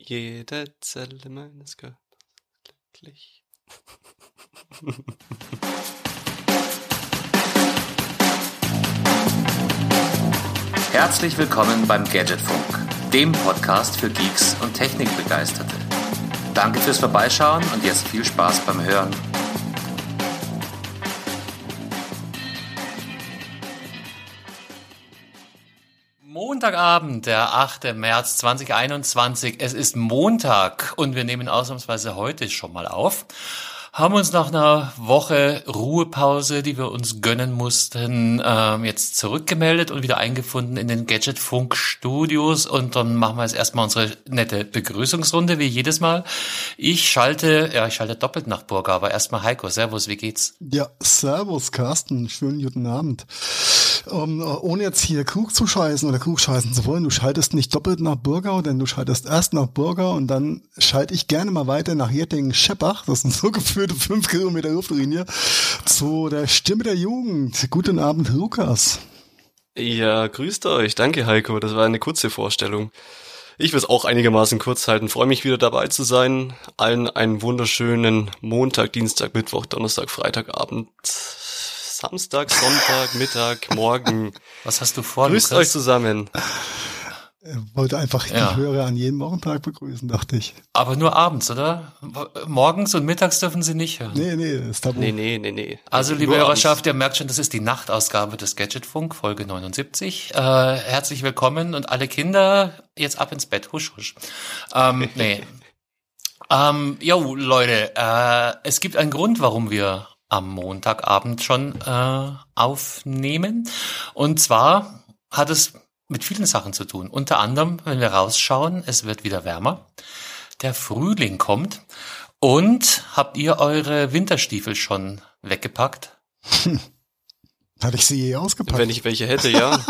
jede Zelle meines Körpers glücklich. Herzlich willkommen beim Gadgetfunk, dem Podcast für Geeks und Technikbegeisterte. Danke fürs Vorbeischauen und jetzt viel Spaß beim Hören. Montagabend, der 8. März 2021. Es ist Montag und wir nehmen ausnahmsweise heute schon mal auf. Haben uns nach einer Woche Ruhepause, die wir uns gönnen mussten, jetzt zurückgemeldet und wieder eingefunden in den Gadgetfunk-Studios. Und dann machen wir jetzt erstmal unsere nette Begrüßungsrunde, wie jedes Mal. Ich schalte doppelt nach Burger, aber erstmal Heiko. Servus, wie geht's? Ja, servus Carsten, schönen guten Abend. Ohne jetzt hier Krug zu scheißen oder Krug scheißen zu wollen, du schaltest nicht doppelt nach Burgau, denn du schaltest erst nach Burgau und dann schalte ich gerne mal weiter nach Jettingen-Scheppach, das sind so geführte 5 Kilometer Luftlinie, zu der Stimme der Jugend. Guten Abend, Lukas. Ja, grüßt euch. Danke, Heiko. Das war eine kurze Vorstellung. Ich will es auch einigermaßen kurz halten. Freue mich, wieder dabei zu sein. Allen einen wunderschönen Montag, Dienstag, Mittwoch, Donnerstag, Freitagabend, Samstag, Sonntag, Mittag, Morgen. Was hast du vor, Grüßt Lukas? euch zusammen. Wollte einfach die Hörer an jedem Wochentag begrüßen, dachte ich. Aber nur abends, oder? Morgens und mittags dürfen sie nicht hören. Nee, das ist tabu. Nee. Also, liebe Nur Hörerschaft, ihr merkt schon, das ist die Nachtausgabe des Gadgetfunk, Folge 79. Herzlich willkommen und alle Kinder jetzt ab ins Bett. Husch, husch. Leute, es gibt einen Grund, warum wir am Montagabend schon aufnehmen. Und zwar hat es mit vielen Sachen zu tun. Unter anderem, wenn wir rausschauen, es wird wieder wärmer. Der Frühling kommt. Und habt ihr eure Winterstiefel schon weggepackt? Hatte ich sie je ausgepackt? Wenn ich welche hätte, ja.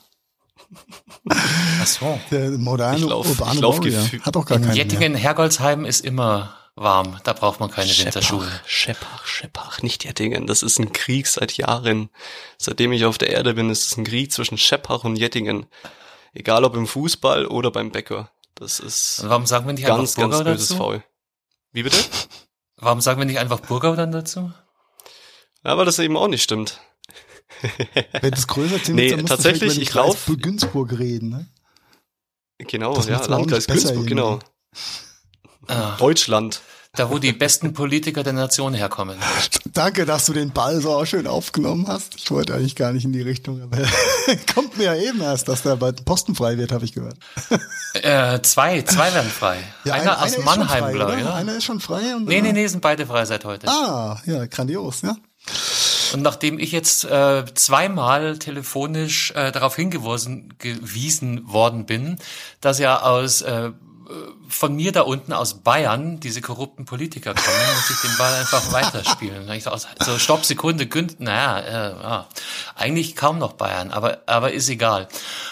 Ach so. Der moderne urbane Warrior hat auch gar keinen Jettingen, Hergoldsheim ist immer warm. Da braucht man keine Winterschuhe. Scheppach, nicht Jettingen. Das ist ein Krieg seit Jahren. Seitdem ich auf der Erde bin, ist es ein Krieg zwischen Scheppach und Jettingen. Egal ob im Fußball oder beim Bäcker. Das ist und warum sagen wir nicht ganz Burgau böses dazu? Faul. Wie bitte? Warum sagen wir nicht einfach Burgau dann dazu? Ja, weil das eben auch nicht stimmt. Wenn das größer ziehen nee, tatsächlich, ich laufe Günzburg reden, ne? Genau, das ja, Landkreis Günzburg, genau. Deutschland. Da, wo die besten Politiker der Nation herkommen. Danke, dass du den Ball so schön aufgenommen hast. Ich wollte eigentlich gar nicht in die Richtung, aber kommt mir ja eben erst, dass der bald Posten frei wird, habe ich gehört. Zwei werden frei. Ja, einer aus Mannheim, glaube ich. Einer ist schon frei. Und nee, sind beide frei seit heute. Ah, ja, grandios, ja. Und nachdem ich jetzt zweimal telefonisch darauf gewiesen worden bin, dass ja von mir da unten aus Bayern diese korrupten Politiker kommen, muss ich den Ball einfach weiterspielen. Ich so, Stopp, Sekunde, eigentlich kaum noch Bayern, aber ist egal.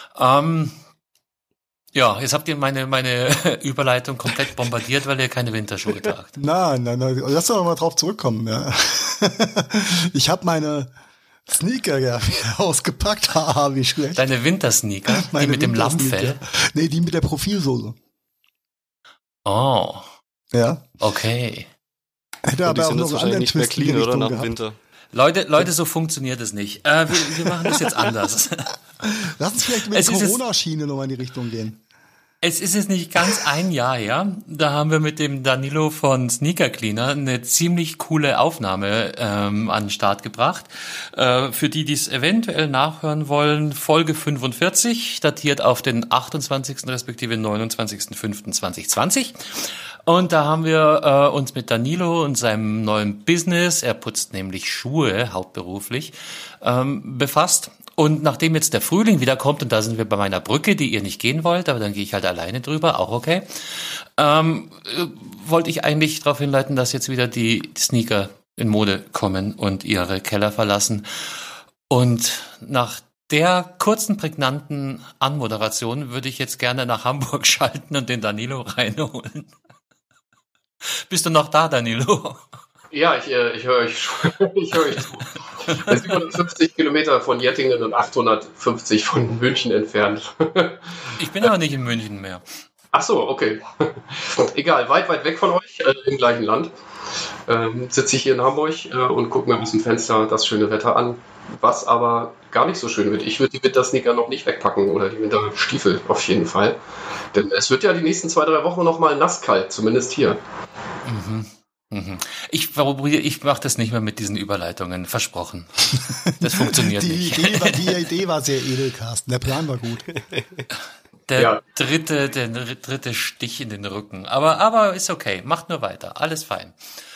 Jetzt habt ihr meine Überleitung komplett bombardiert, weil ihr keine Winterschuhe tragt. Nein, lass doch mal drauf zurückkommen. Ja. Ich habe meine Sneaker ja ausgepackt, haha, wie schlecht. Deine Wintersneaker? Die mit dem Lammfell? Nee, die mit der Profilsohle. Oh. Ja. Okay. Hätte aber die auch sind noch jetzt einen wahrscheinlich anderen nicht mehr Twist in die clean, oder? Richtung Nach dem gehabt. Winter. Leute, so funktioniert es nicht. Wir machen das jetzt anders. Lass uns vielleicht mit der Corona-Schiene nochmal in die Richtung gehen. Es ist jetzt nicht ganz ein Jahr, ja. Da haben wir mit dem Danilo von Sneaker Cleaner eine ziemlich coole Aufnahme an den Start gebracht. Für die es eventuell nachhören wollen, Folge 45, datiert auf den 28. respektive 29.05.2020. Und da haben wir uns mit Danilo und seinem neuen Business, er putzt nämlich Schuhe hauptberuflich, befasst. Und nachdem jetzt der Frühling wieder kommt, und da sind wir bei meiner Brücke, die ihr nicht gehen wollt, aber dann gehe ich halt alleine drüber, auch okay, wollte ich eigentlich darauf hinleiten, dass jetzt wieder die Sneaker in Mode kommen und ihre Keller verlassen. Und nach der kurzen, prägnanten Anmoderation würde ich jetzt gerne nach Hamburg schalten und den Danilo reinholen. Bist du noch da, Danilo? Ja, ich höre euch zu. Das ist 750 Kilometer von Jettingen und 850 von München entfernt. Ich bin aber nicht in München mehr. Ach so, okay. Egal, weit, weit weg von euch, im gleichen Land. Sitze ich hier in Hamburg und gucke mir aus dem Fenster das schöne Wetter an, was aber gar nicht so schön wird. Ich würde die Wintersneaker noch nicht wegpacken oder die Winterstiefel auf jeden Fall. Denn es wird ja die nächsten 2-3 Wochen noch mal nasskalt, zumindest hier. Ich mache das nicht mehr mit diesen Überleitungen, versprochen. Das funktioniert nicht. Die Idee war sehr edel, Carsten. Der Plan war gut. Der dritte Stich in den Rücken. Aber ist okay. Macht nur weiter. Alles fein.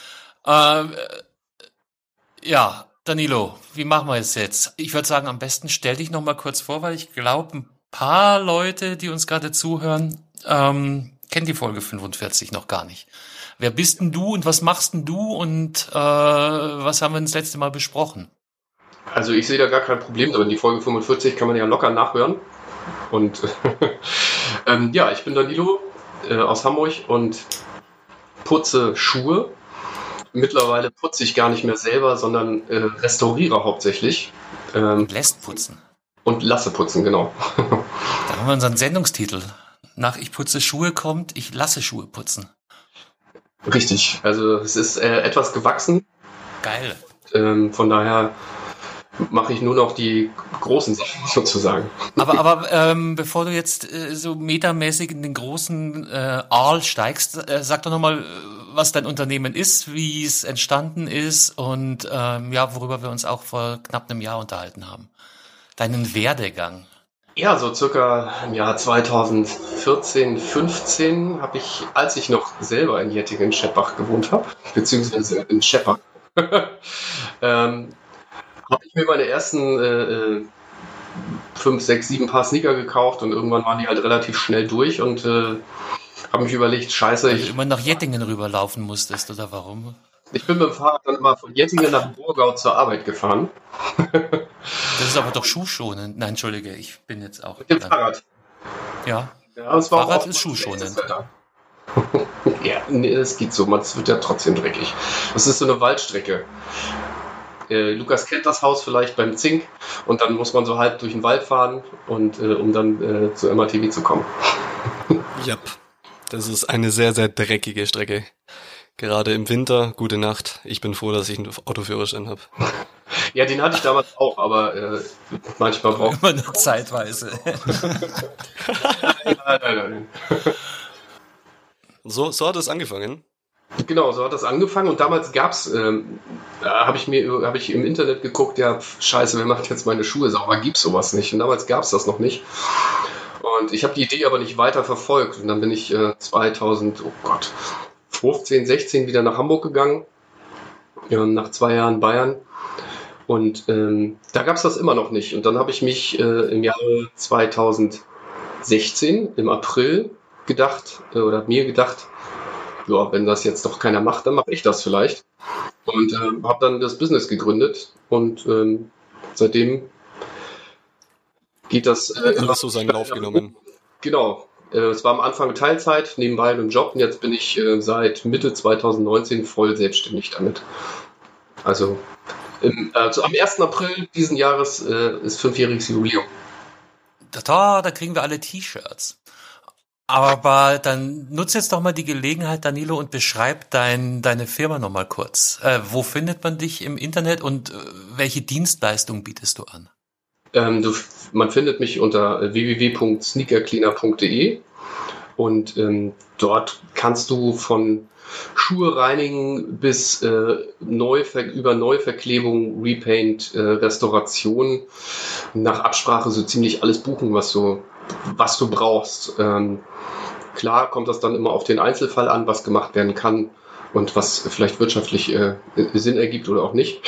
Ja, Danilo, wie machen wir es jetzt? Ich würde sagen, am besten stell dich noch mal kurz vor, weil ich glaube, ein paar Leute, die uns gerade zuhören, kennen die Folge 45 noch gar nicht. Wer bist denn du und was machst denn du und was haben wir das letzte Mal besprochen? Also ich sehe da gar kein Problem drin. Die Folge 45 kann man ja locker nachhören. Und ja, ich bin Danilo aus Hamburg und putze Schuhe. Mittlerweile putze ich gar nicht mehr selber, sondern restauriere hauptsächlich. Lässt putzen. Und lasse putzen, genau. Da haben wir unseren Sendungstitel. Nach Ich putze Schuhe kommt, ich lasse Schuhe putzen. Richtig, also es ist etwas gewachsen. Geil. Von daher mache ich nur noch die großen Sachen sozusagen. Aber bevor du jetzt so metamäßig in den großen Aal steigst, sag doch nochmal, was dein Unternehmen ist, wie es entstanden ist und ja, worüber wir uns auch vor knapp einem Jahr unterhalten haben. Deinen Werdegang. Ja, so circa im Jahr 2014, 15 habe ich, als ich noch selber in Jettingen-Scheppach gewohnt habe, beziehungsweise in Scheppach, habe ich mir meine ersten 5, 6, 7 Paar Sneaker gekauft und irgendwann waren die halt relativ schnell durch und habe mich überlegt, scheiße, Weil du immer nach Jettingen rüberlaufen musstest, oder warum? Ich bin mit dem Fahrrad dann mal von Jettingen nach Burgau zur Arbeit gefahren. Das ist aber doch schuhschonend. Nein, Entschuldige, ich bin jetzt auch... Mit dem Fahrrad. Ja, Ja, es war Fahrrad auch ist schuhschonend. Ja, nee, es geht so, es wird ja trotzdem dreckig. Das ist so eine Waldstrecke. Lukas kennt das Haus vielleicht beim Zink und dann muss man so halb durch den Wald fahren und um dann zu MATV zu kommen. Ja, das ist eine sehr, sehr dreckige Strecke. Gerade im Winter, gute Nacht. Ich bin froh, dass ich einen Autoführerschein habe. Ja, den hatte ich damals auch, aber manchmal braucht Immer nur zeitweise. Nein. So hat es angefangen. Genau, so hat das angefangen und damals gab's, habe ich im Internet geguckt, ja, scheiße, wer macht jetzt meine Schuhe sauber? Gibt's sowas nicht. Und damals gab's das noch nicht. Und ich habe die Idee aber nicht weiter verfolgt. Und dann bin ich 2015, 16 wieder nach Hamburg gegangen, nach 2 Jahren Bayern. Und da gab's das immer noch nicht. Und dann habe ich mich im Jahre 2016, im April, mir gedacht, ja, wenn das jetzt doch keiner macht, dann mache ich das vielleicht. Und habe dann das Business gegründet und seitdem geht das Alles so seinen Lauf genommen. Genau. Es war am Anfang Teilzeit, nebenbei einen Job und jetzt bin ich seit Mitte 2019 voll selbstständig damit. Also am 1. April diesen Jahres ist 5-jähriges Jubiläum. Da kriegen wir alle T-Shirts. Aber dann nutz jetzt doch mal die Gelegenheit, Danilo, und beschreib deine Firma nochmal kurz. Wo findet man dich im Internet und welche Dienstleistung bietest du an? Man findet mich unter www.sneakercleaner.de und dort kannst du von Schuhe reinigen bis über Neuverklebung, Repaint, Restauration, nach Absprache so ziemlich alles buchen, was du brauchst. Klar kommt das dann immer auf den Einzelfall an, was gemacht werden kann und was vielleicht wirtschaftlich Sinn ergibt oder auch nicht.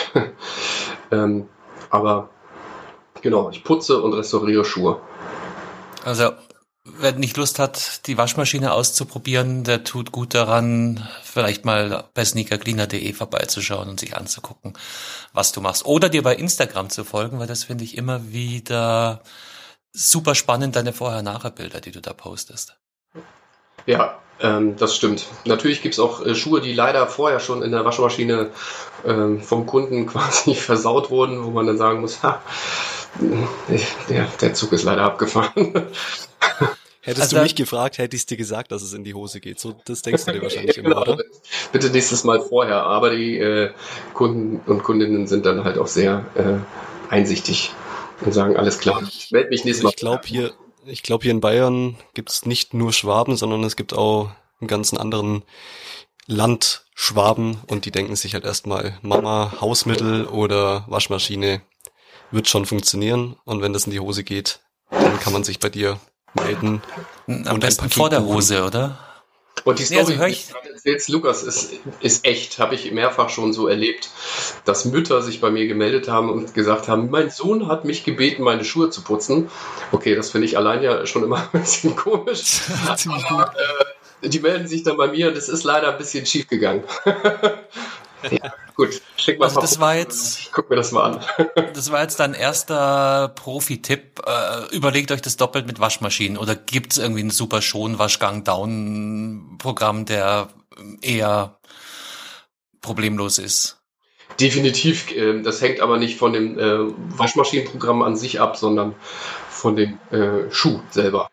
Aber genau, ich putze und restauriere Schuhe. Also, wer nicht Lust hat, die Waschmaschine auszuprobieren, der tut gut daran, vielleicht mal bei sneakercleaner.de vorbeizuschauen und sich anzugucken, was du machst. Oder dir bei Instagram zu folgen, weil das finde ich immer wieder super spannend, deine Vorher-Nachher-Bilder, die du da postest. Ja, das stimmt. Natürlich gibt es auch Schuhe, die leider vorher schon in der Waschmaschine vom Kunden quasi versaut wurden, wo man dann sagen muss, der Zug ist leider abgefahren. Hättest du mich gefragt, hätte ich es dir gesagt, dass es in die Hose geht. So, das denkst du dir wahrscheinlich immer, oder? Bitte nächstes Mal vorher. Aber die Kunden und Kundinnen sind dann halt auch sehr einsichtig und sagen, alles klar, ich melde mich nächstes Mal. Ich glaube, hier in Bayern gibt es nicht nur Schwaben, sondern es gibt auch einen ganzen anderen Landschwaben und die denken sich halt erstmal, Mama, Hausmittel oder Waschmaschine wird schon funktionieren und wenn das in die Hose geht, dann kann man sich bei dir melden. Am besten vor der Hose, oder? Und die Story, die du erzählst, Lukas, ist echt. Habe ich mehrfach schon so erlebt, dass Mütter sich bei mir gemeldet haben und gesagt haben, mein Sohn hat mich gebeten, meine Schuhe zu putzen. Okay, das finde ich allein ja schon immer ein bisschen komisch. Aber, die melden sich dann bei mir und es ist leider ein bisschen schief gegangen. Ja, gut, schick mal. Also das war jetzt, ich guck mir das mal an. Das war jetzt dein erster Profi-Tipp. Überlegt euch das doppelt mit Waschmaschinen oder gibt es irgendwie ein super Schon-Waschgang-Down-Programm, der eher problemlos ist? Definitiv. Das hängt aber nicht von dem Waschmaschinenprogramm an sich ab, sondern von dem Schuh selber.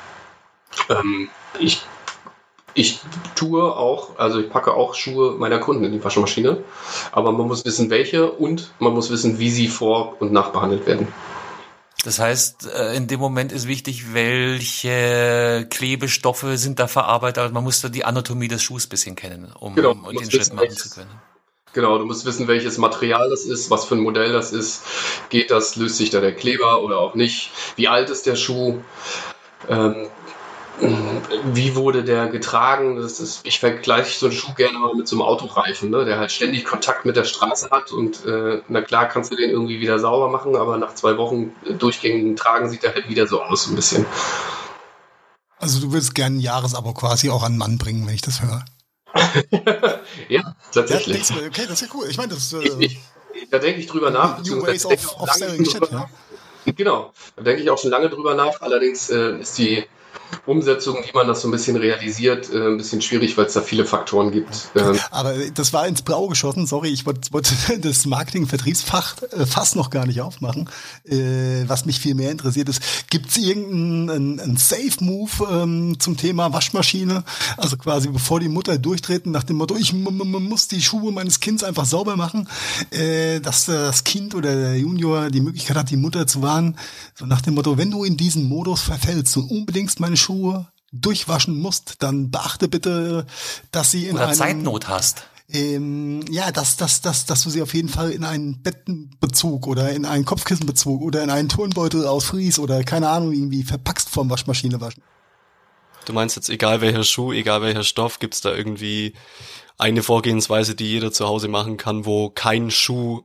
Ich tue auch, also ich packe auch Schuhe meiner Kunden in die Waschmaschine, aber man muss wissen, welche und man muss wissen, wie sie vor- und nachbehandelt werden. Das heißt, in dem Moment ist wichtig, welche Klebestoffe sind da verarbeitet, also man muss da die Anatomie des Schuhs ein bisschen kennen, um den Schritt machen zu können. Genau, du musst wissen, welches Material das ist, was für ein Modell das ist, geht das, löst sich da der Kleber oder auch nicht, wie alt ist der Schuh, wie wurde der getragen? Ich vergleiche so einen Schuh gerne mal mit so einem Autoreifen, ne? Der halt ständig Kontakt mit der Straße hat und na klar kannst du den irgendwie wieder sauber machen, aber nach 2 Wochen durchgängigen Tragen sieht der halt wieder so aus, ein bisschen. Also du würdest gerne ein Jahresabo quasi auch an den Mann bringen, wenn ich das höre. Ja, tatsächlich. Ja, okay, das ist ja cool. Ich meine, das da denke ich drüber nach. New ways of selling shit, ja. Genau, da denke ich auch schon lange drüber nach. Allerdings ist die Umsetzung, wie man das so ein bisschen realisiert, ein bisschen schwierig, weil es da viele Faktoren gibt. Aber das war ins Blaue geschossen, sorry, ich wollte das Marketing-Vertriebsfach fast noch gar nicht aufmachen. Was mich viel mehr interessiert ist, gibt es irgendeinen Safe-Move zum Thema Waschmaschine? Also quasi bevor die Mutter durchtreten nach dem Motto, ich muss die Schuhe meines Kindes einfach sauber machen, dass das Kind oder der Junior die Möglichkeit hat, die Mutter zu warnen. So nach dem Motto, wenn du in diesen Modus verfällst und unbedingt meine Schuhe durchwaschen musst, dann beachte bitte, dass sie in einem Zeitnot hast. Dass du sie auf jeden Fall in einen Bettenbezug oder in einen Kopfkissenbezug oder in einen Turnbeutel aus Fries oder keine Ahnung irgendwie verpackst vom Waschmaschine waschen. Du meinst jetzt, egal welcher Schuh, egal welcher Stoff, gibt's da irgendwie eine Vorgehensweise, die jeder zu Hause machen kann, wo kein Schuh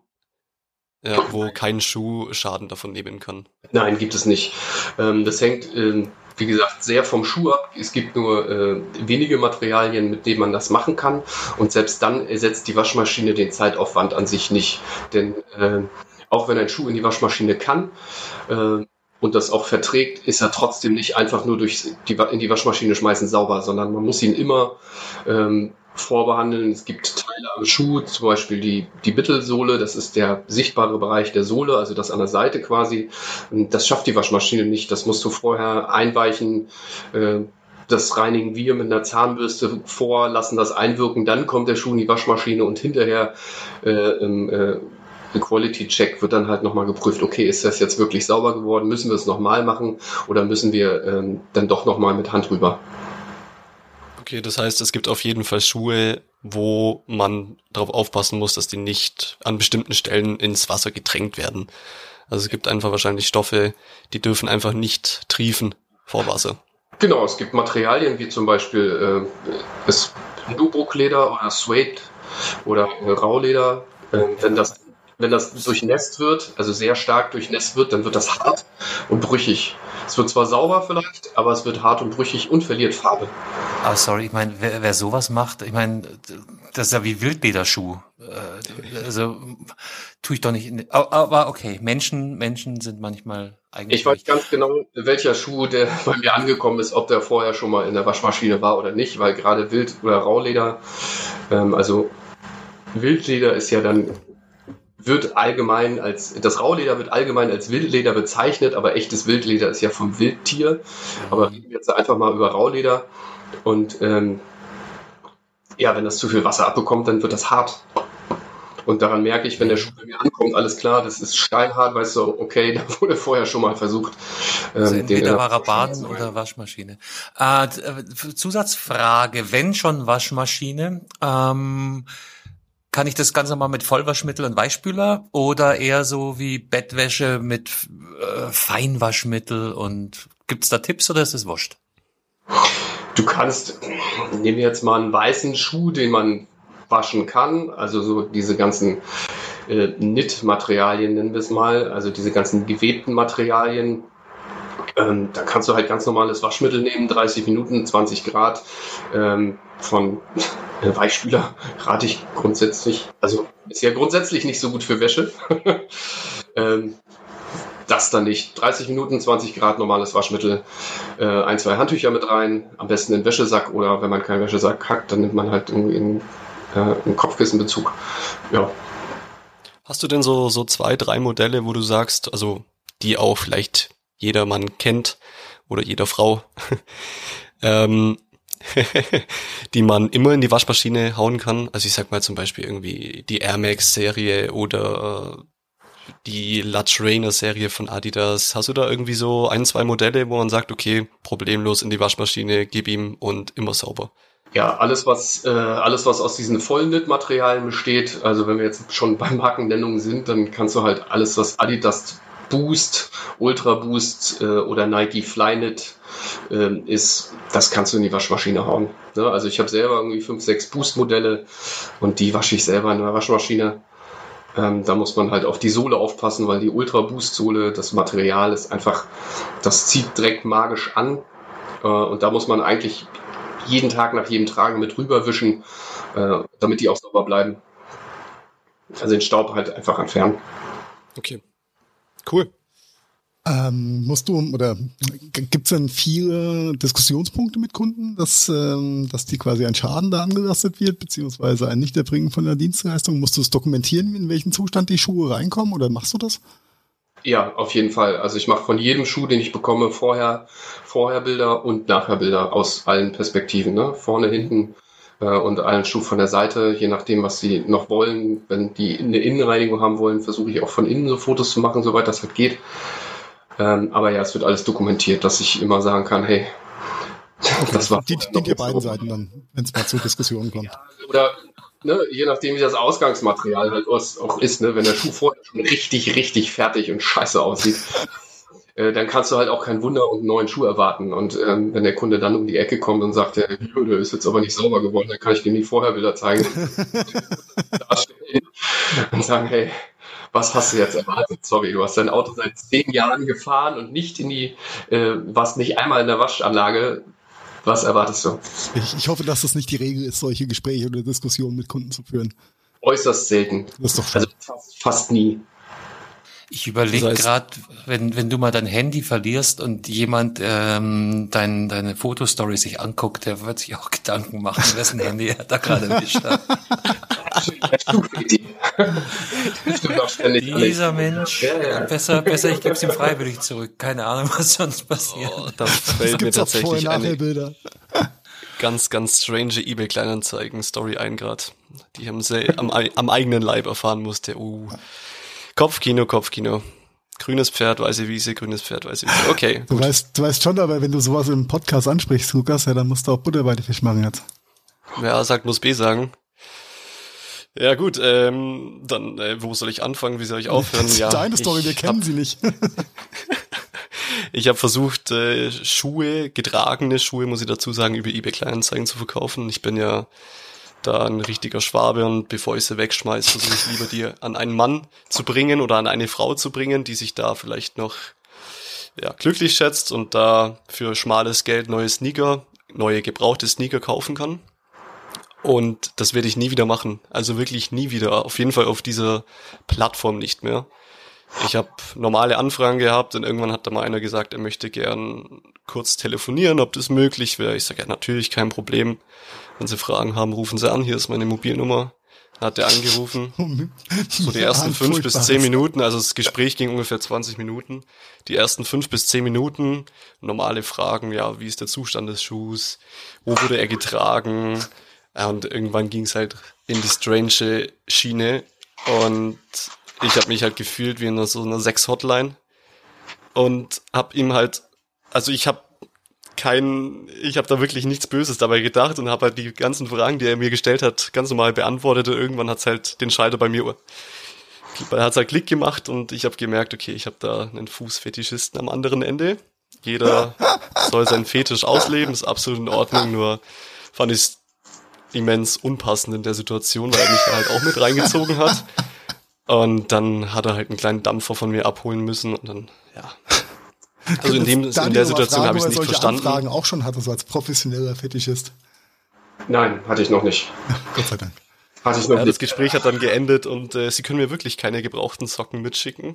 Schaden davon nehmen kann? Nein, gibt es nicht. Das hängt, wie gesagt, sehr vom Schuh ab. Es gibt nur wenige Materialien, mit denen man das machen kann. Und selbst dann ersetzt die Waschmaschine den Zeitaufwand an sich nicht. Denn auch wenn ein Schuh in die Waschmaschine kann und das auch verträgt, ist er trotzdem nicht einfach nur in die Waschmaschine schmeißen sauber, sondern man muss ihn immer vorbehandeln. Es gibt Teile am Schuh, zum Beispiel die Mittelsohle, das ist der sichtbare Bereich der Sohle, also das an der Seite quasi. Das schafft die Waschmaschine nicht, das musst du vorher einweichen. Das reinigen wir mit einer Zahnbürste vor, lassen das einwirken, dann kommt der Schuh in die Waschmaschine und hinterher im Quality Check wird dann halt nochmal geprüft, okay, ist das jetzt wirklich sauber geworden, müssen wir es nochmal machen oder müssen wir dann doch nochmal mit Hand rüber. Okay, das heißt, es gibt auf jeden Fall Schuhe, wo man darauf aufpassen muss, dass die nicht an bestimmten Stellen ins Wasser getränkt werden. Also es gibt einfach wahrscheinlich Stoffe, die dürfen einfach nicht triefen vor Wasser. Genau, es gibt Materialien wie zum Beispiel das Nubuck-Leder oder Suede oder Rauleder. Wenn das durchnässt wird, also sehr stark durchnässt wird, dann wird das hart und brüchig. Es wird zwar sauber vielleicht, aber es wird hart und brüchig und verliert Farbe. Aber sorry, ich meine, wer sowas macht, ich meine, das ist ja wie Wildlederschuh. Also tue ich doch nicht. Aber okay, Menschen sind manchmal eigentlich. Ich weiß ganz genau, welcher Schuh, der bei mir angekommen ist, ob der vorher schon mal in der Waschmaschine war oder nicht, weil gerade Wild- oder Rauleder, also Wildleder ist ja dann das Rauleder wird allgemein als Wildleder bezeichnet, aber echtes Wildleder ist ja vom Wildtier. Aber reden wir jetzt einfach mal über Rauleder. Und wenn das zu viel Wasser abbekommt, dann wird das hart. Und daran merke ich, wenn der Schuh bei mir ankommt, alles klar, das ist steinhart, weißt du, okay, da wurde vorher schon mal versucht. Entweder war er baden oder Waschmaschine. Zusatzfrage, wenn schon Waschmaschine, kann ich das Ganze mal mit Vollwaschmittel und Weichspüler oder eher so wie Bettwäsche mit Feinwaschmittel, und gibt's da Tipps oder ist das wurscht? Du kannst, nehmen wir jetzt mal einen weißen Schuh, den man waschen kann, also so diese ganzen Knit-Materialien, nennen wir es mal, also diese ganzen gewebten Materialien. Da kannst du halt ganz normales Waschmittel nehmen, 30 Minuten, 20 Grad. Von Weichspüler rate ich grundsätzlich, also ist ja grundsätzlich nicht so gut für Wäsche. Das dann nicht. 30 Minuten, 20 Grad normales Waschmittel, 1, 2 Handtücher mit rein, am besten in den Wäschesack, oder wenn man keinen Wäschesack hat, dann nimmt man halt irgendwie einen Kopfkissenbezug. Ja. Hast du denn so 2, 3 Modelle, wo du sagst, also die auch vielleicht jeder Mann kennt oder jeder Frau, die man immer in die Waschmaschine hauen kann? Also ich sag mal zum Beispiel irgendwie die Air Max Serie oder die Luge Rainer Serie von Adidas. Hast du da irgendwie so 1, 2 Modelle, wo man sagt, okay, problemlos in die Waschmaschine, gib ihm und immer sauber? Ja, alles was aus diesen Vollknit-Materialien besteht, also wenn wir jetzt schon bei Markennennungen sind, dann kannst du halt alles, was Adidas Boost, Ultra Boost oder Nike Flyknit ist, das kannst du in die Waschmaschine hauen. Ne? Also ich habe selber irgendwie 5, 6 Boost-Modelle und die wasche ich selber in der Waschmaschine. Da muss man halt auf die Sohle aufpassen, weil die Ultra Boost Sohle, das Material ist einfach, das zieht direkt magisch an. Und da muss man eigentlich jeden Tag nach jedem Tragen mit rüberwischen, damit die auch sauber bleiben. Also den Staub halt einfach entfernen. Okay. Cool. Gibt es denn viele Diskussionspunkte mit Kunden, dass die quasi ein Schaden da angelastet wird, beziehungsweise ein Nihterbringen von der Dienstleistung? Musst du es dokumentieren, in welchen Zustand die Schuhe reinkommen, oder machst du das? Ja, auf jeden Fall. Also ich mache von jedem Schuh, den ich bekomme, vorher Bilder und nachher Bilder aus allen Perspektiven, ne? Vorne, hinten und einen Schuh von der Seite, je nachdem, was sie noch wollen. Wenn die eine Innenreinigung haben wollen, versuche ich auch von innen so Fotos zu machen, soweit das halt geht. Aber ja, es wird alles dokumentiert, dass ich immer sagen kann, hey, okay, das war... Dient ihr beiden Seiten dann, wenn es mal zu Diskussionen kommt. Ja, oder ne, je nachdem, wie das Ausgangsmaterial halt auch ist, ne, wenn der Schuh vorher schon richtig, richtig fertig und scheiße aussieht, dann kannst du halt auch kein Wunder und einen neuen Schuh erwarten. Und wenn der Kunde dann um die Ecke kommt und sagt, der ist jetzt aber nicht sauber geworden, dann kann ich dem die Vorherbilder zeigen und sagen, hey, was hast du jetzt erwartet? Sorry, du hast dein Auto seit 10 Jahren gefahren und nicht warst nicht einmal in der Waschanlage. Was erwartest du? Ich hoffe, dass das nicht die Regel ist, solche Gespräche oder Diskussionen mit Kunden zu führen. Äußerst selten. Das ist doch schön. Also fast nie. Ich überlege gerade, wenn du mal dein Handy verlierst und jemand deine Fotostory sich anguckt, der wird sich auch Gedanken machen, wessen Handy er da gerade erwischt hat. Dieser Mensch, besser, ich gebe es ihm freiwillig zurück. Keine Ahnung, was sonst passiert. Da fällt mir tatsächlich eine Bilder. ganz, ganz strange eBay-Kleinanzeigen-Story ein grad, die ich am eigenen Leib erfahren musste. Kopfkino. Grünes Pferd, weiße Wiese, grünes Pferd, weiße Wiese. Okay, gut. Du weißt schon, aber wenn du sowas im Podcast ansprichst, Lukas, ja, dann musst du auch Butter bei den Fisch machen jetzt. Wer A sagt, muss B sagen. Ja gut, dann wo soll ich anfangen, wie soll ich aufhören? Ja, deine Story, wir kennen sie nicht. Ich habe versucht, getragene Schuhe, muss ich dazu sagen, über eBay Kleinanzeigen zu verkaufen. Ich bin ja da ein richtiger Schwabe und bevor ich sie wegschmeiße, versuche ich lieber die an einen Mann zu bringen oder an eine Frau zu bringen, die sich da vielleicht noch glücklich schätzt und da für schmales Geld neue gebrauchte Sneaker kaufen kann. Und das werde ich nie wieder machen. Also wirklich nie wieder. Auf jeden Fall auf dieser Plattform nicht mehr. Ich habe normale Anfragen gehabt und irgendwann hat da mal einer gesagt, er möchte gern kurz telefonieren, ob das möglich wäre. Ich sage, ja, natürlich, kein Problem. Wenn Sie Fragen haben, rufen Sie an, hier ist meine Mobilnummer. hat er angerufen. So die ersten 5 bis 10 Minuten, also das Gespräch ging ungefähr 20 Minuten. Die ersten 5 bis 10 Minuten, normale Fragen, ja, wie ist der Zustand des Schuhs, wo wurde er getragen? Ja, und irgendwann ging es halt in die strange Schiene und ich habe mich halt gefühlt wie in so einer 6-Hotline und habe ihm halt, also ich habe da wirklich nichts Böses dabei gedacht und habe halt die ganzen Fragen, die er mir gestellt hat, ganz normal beantwortet. Und irgendwann hat's halt den Schalter bei mir, hat's halt Klick gemacht und ich habe gemerkt, okay, ich habe da einen Fußfetischisten am anderen Ende. Jeder soll seinen Fetisch ausleben, ist absolut in Ordnung, nur fand ich es immens unpassend in der Situation, weil er mich da halt auch mit reingezogen hat. Und dann hat er halt einen kleinen Dampfer von mir abholen müssen und dann, ja. Also in der Situation habe ich es nicht verstanden. Anfragen auch schon hatte, so als professioneller Fetischist. Nein, hatte ich noch nicht. Gott sei Dank. Hatte ich noch nicht. Das Gespräch hat dann geendet und Sie können mir wirklich keine gebrauchten Socken mitschicken.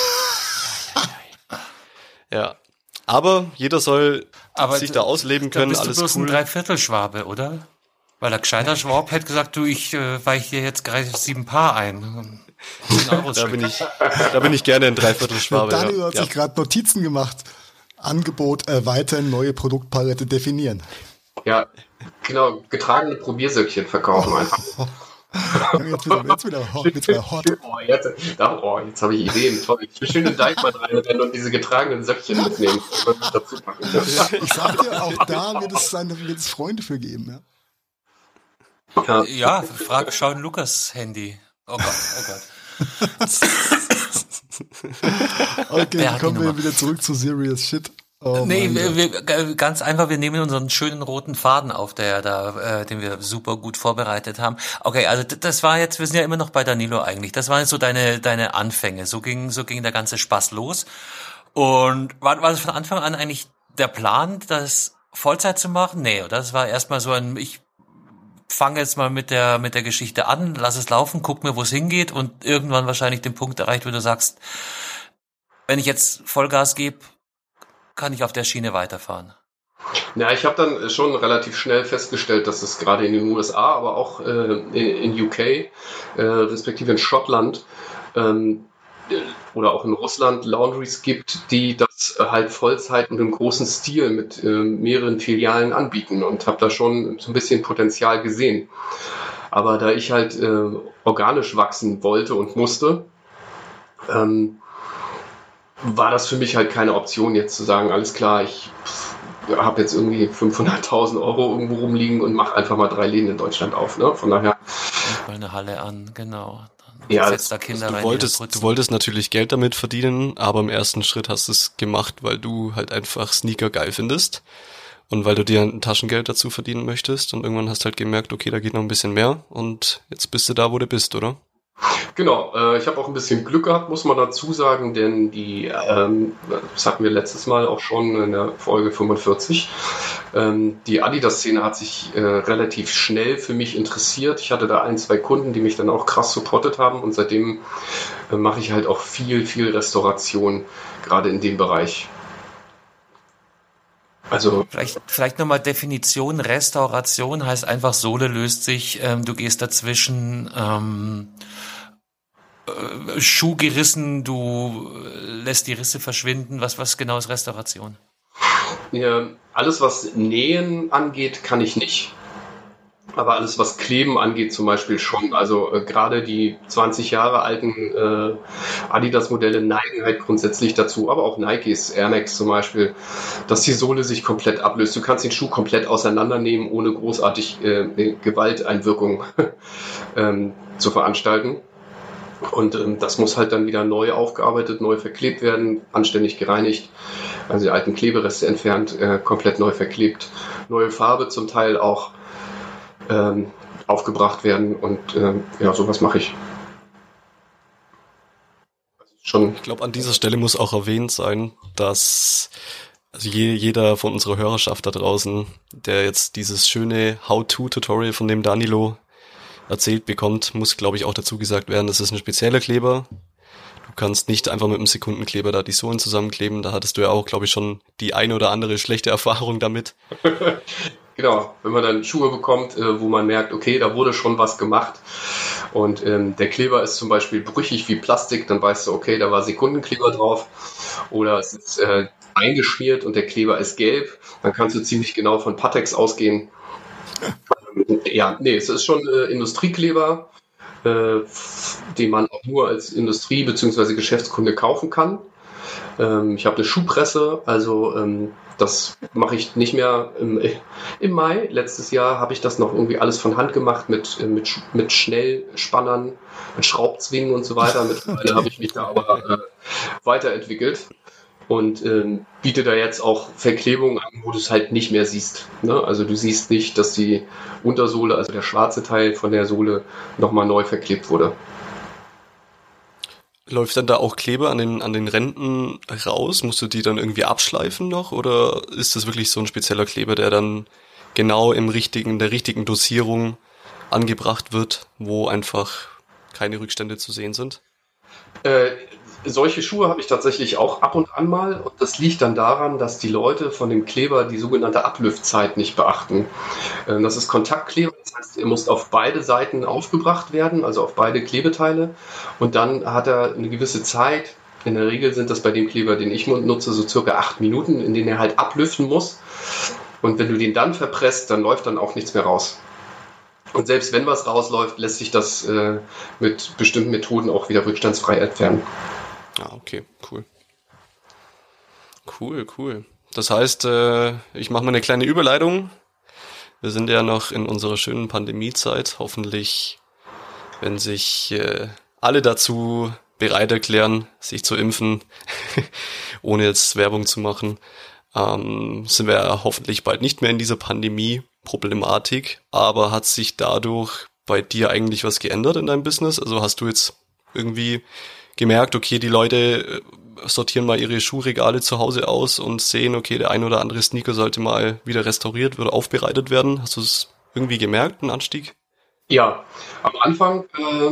Ja. Aber jeder soll sich da ausleben können, alles cool. Du bist bloß ein Dreiviertelschwabe, oder? Weil der gescheiter Schwab hätte gesagt, du, ich weiche hier jetzt gerade 7 Paar ein. Da bin ich gerne ein Dreiviertelschwabe. Daniel hat sich gerade Notizen gemacht. Angebot erweitern, neue Produktpalette definieren. Ja, genau. Getragene Probiersöckchen verkaufen einfach. Jetzt wieder hot. Jetzt habe ich Ideen. Toll. Ich will schön in den Deichmann reinrennen und diese getragenen Söckchen mitnehmen. Dazu packen. Ich sag dir, auch da wird es Freunde für geben. Ja, schau in Lukas Handy. Oh Gott. Okay, kommen wir wieder zurück zu Serious Shit. Ganz einfach, wir nehmen unseren schönen roten Faden auf, den wir super gut vorbereitet haben. Okay, also das war jetzt, wir sind ja immer noch bei Danilo eigentlich. Das waren jetzt so deine Anfänge. So ging der ganze Spaß los. Und war das von Anfang an eigentlich der Plan, das Vollzeit zu machen? Nee, oder? Das war erstmal so ich fange jetzt mal mit der Geschichte an, lass es laufen, guck mir, wo es hingeht und irgendwann wahrscheinlich den Punkt erreicht, wo du sagst, wenn ich jetzt Vollgas gebe, kann ich auf der Schiene weiterfahren. Ja, ich habe dann schon relativ schnell festgestellt, dass es gerade in den USA, aber auch in UK, respektive in Schottland oder auch in Russland Laundries gibt, die das halt Vollzeit und im großen Stil mit mehreren Filialen anbieten und habe da schon so ein bisschen Potenzial gesehen. Aber da ich halt organisch wachsen wollte und musste, war das für mich halt keine Option, jetzt zu sagen, alles klar, ich habe jetzt irgendwie 500.000 Euro irgendwo rumliegen und mache einfach mal 3 Läden in Deutschland auf. Ne? Von daher. Mal eine Halle an, genau. Ja, du wolltest natürlich Geld damit verdienen, aber im ersten Schritt hast du es gemacht, weil du halt einfach Sneaker geil findest und weil du dir ein Taschengeld dazu verdienen möchtest und irgendwann hast du halt gemerkt, okay, da geht noch ein bisschen mehr und jetzt bist du da, wo du bist, oder? Genau, ich habe auch ein bisschen Glück gehabt, muss man dazu sagen, denn das hatten wir letztes Mal auch schon in der Folge 45, die Adidas-Szene hat sich relativ schnell für mich interessiert. Ich hatte da 1, 2 Kunden, die mich dann auch krass supportet haben und seitdem mache ich halt auch viel Restauration, gerade in dem Bereich. Also vielleicht nochmal Definition. Restauration heißt einfach, Sohle löst sich, du gehst dazwischen, Schuh gerissen, du lässt die Risse verschwinden. Was genau ist Restauration? Ja, alles, was Nähen angeht, kann ich nicht. Aber alles, was Kleben angeht, zum Beispiel schon. Also gerade die 20 Jahre alten Adidas-Modelle neigen halt grundsätzlich dazu, aber auch Nikes, Air Max zum Beispiel, dass die Sohle sich komplett ablöst. Du kannst den Schuh komplett auseinandernehmen, ohne großartig Gewalteinwirkung zu veranstalten. Und das muss halt dann wieder neu aufgearbeitet, neu verklebt werden, anständig gereinigt, also die alten Klebereste entfernt, komplett neu verklebt, neue Farbe zum Teil auch aufgebracht werden und sowas mache ich. Ich glaube, an dieser Stelle muss auch erwähnt sein, dass jeder von unserer Hörerschaft da draußen, der jetzt dieses schöne How-To-Tutorial von dem Danilo erzählt bekommt, muss, glaube ich, auch dazu gesagt werden, das ist ein spezieller Kleber. Du kannst nicht einfach mit einem Sekundenkleber da die Sohlen zusammenkleben. Da hattest du ja auch, glaube ich, schon die eine oder andere schlechte Erfahrung damit. Genau, wenn man dann Schuhe bekommt, wo man merkt, okay, da wurde schon was gemacht, Und der Kleber ist zum Beispiel brüchig wie Plastik, dann weißt du, okay, da war Sekundenkleber drauf. Oder es ist eingeschmiert und der Kleber ist gelb, dann kannst du ziemlich genau von Pattex ausgehen. Ja, nee, es ist schon Industriekleber, den man auch nur als Industrie- bzw. Geschäftskunde kaufen kann. Ich habe eine Schuhpresse, also das mache ich nicht mehr im Mai. Letztes Jahr habe ich das noch irgendwie alles von Hand gemacht mit Schnellspannern, mit Schraubzwingen und so weiter. Mittlerweile habe ich mich da aber weiterentwickelt und biete da jetzt auch Verklebungen an, wo du es halt nicht mehr siehst. Ne? Also du siehst nicht, dass die Untersohle, also der schwarze Teil von der Sohle, nochmal neu verklebt wurde. Läuft dann da auch Kleber an den Rändern raus? Musst du die dann irgendwie abschleifen noch? Oder ist das wirklich so ein spezieller Kleber, der dann genau der richtigen Dosierung angebracht wird, wo einfach keine Rückstände zu sehen sind? Solche Schuhe habe ich tatsächlich auch ab und an mal. Und das liegt dann daran, dass die Leute von dem Kleber die sogenannte Ablüftzeit nicht beachten. Das ist Kontaktkleber, das heißt, er muss auf beide Seiten aufgebracht werden, also auf beide Klebeteile. Und dann hat er eine gewisse Zeit. In der Regel sind das bei dem Kleber, den ich nutze, so circa 8 Minuten, in denen er halt ablüften muss. Und wenn du den dann verpresst, dann läuft dann auch nichts mehr raus. Und selbst wenn was rausläuft, lässt sich das mit bestimmten Methoden auch wieder rückstandsfrei entfernen. Ah, okay, cool. Cool. Das heißt, ich mache mal eine kleine Überleitung. Wir sind ja noch in unserer schönen Pandemiezeit. Hoffentlich, wenn sich alle dazu bereit erklären, sich zu impfen, ohne jetzt Werbung zu machen, sind wir ja hoffentlich bald nicht mehr in dieser Pandemie-Problematik. Aber hat sich dadurch bei dir eigentlich was geändert in deinem Business? Also hast du jetzt irgendwie gemerkt, okay, die Leute sortieren mal ihre Schuhregale zu Hause aus und sehen, okay, der ein oder andere Sneaker sollte mal wieder restauriert oder aufbereitet werden. Hast du es irgendwie gemerkt, einen Anstieg? Ja, am Anfang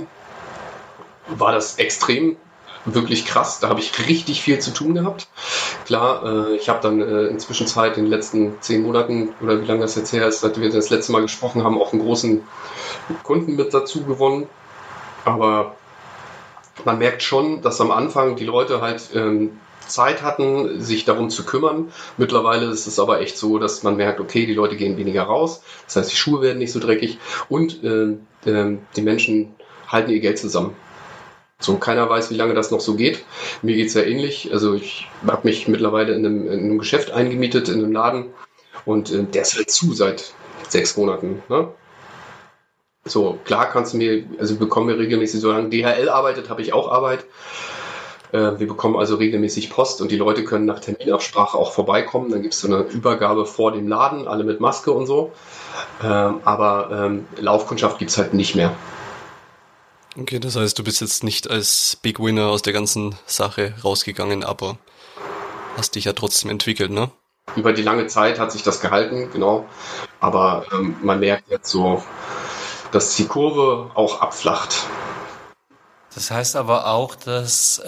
war das extrem, wirklich krass. Da habe ich richtig viel zu tun gehabt. Klar, ich habe dann inzwischen in den letzten 10 Monaten oder wie lange das jetzt her ist, seit wir das letzte Mal gesprochen haben, auch einen großen Kunden mit dazu gewonnen. Aber man merkt schon, dass am Anfang die Leute halt Zeit hatten, sich darum zu kümmern. Mittlerweile ist es aber echt so, dass man merkt, okay, die Leute gehen weniger raus. Das heißt, die Schuhe werden nicht so dreckig und die Menschen halten ihr Geld zusammen. So, keiner weiß, wie lange das noch so geht. Mir geht's ja ähnlich. Also ich habe mich mittlerweile in einem Geschäft eingemietet, in einem Laden und der ist halt zu seit 6 Monaten. Ne? So, klar bekommen wir regelmäßig, solange DHL arbeitet, habe ich auch Arbeit. Wir bekommen also regelmäßig Post und die Leute können nach Terminabsprache auch vorbeikommen. Dann gibt es so eine Übergabe vor dem Laden, alle mit Maske und so. Aber Laufkundschaft gibt es halt nicht mehr. Okay, das heißt, du bist jetzt nicht als Big Winner aus der ganzen Sache rausgegangen, aber hast dich ja trotzdem entwickelt, ne? Über die lange Zeit hat sich das gehalten, genau. Aber man merkt jetzt so, dass die Kurve auch abflacht. Das heißt aber auch, dass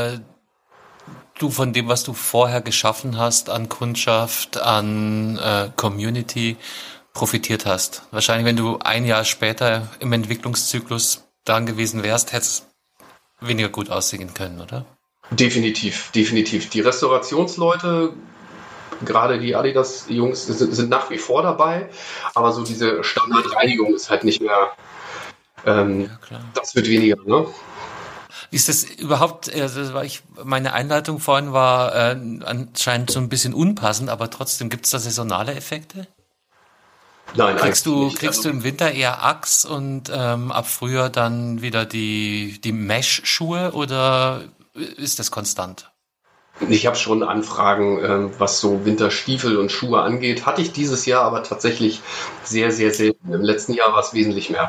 du von dem, was du vorher geschaffen hast, an Kundschaft, an Community, profitiert hast. Wahrscheinlich, wenn du ein Jahr später im Entwicklungszyklus dran gewesen wärst, hätte es weniger gut aussehen können, oder? Definitiv. Die Restaurationsleute, gerade die Adidas-Jungs, sind nach wie vor dabei, aber so diese Standardreinigung ist halt nicht mehr, das wird weniger, ne? Wie ist das überhaupt, meine Einleitung vorhin war anscheinend so ein bisschen unpassend, aber trotzdem, gibt es da saisonale Effekte? Nein, kriegst du im Winter eher Axe und ab Frühjahr dann wieder die Mesh-Schuhe oder ist das konstant? Ich habe schon Anfragen, was so Winterstiefel und Schuhe angeht. Hatte ich dieses Jahr aber tatsächlich sehr, sehr selten. Im letzten Jahr war es wesentlich mehr.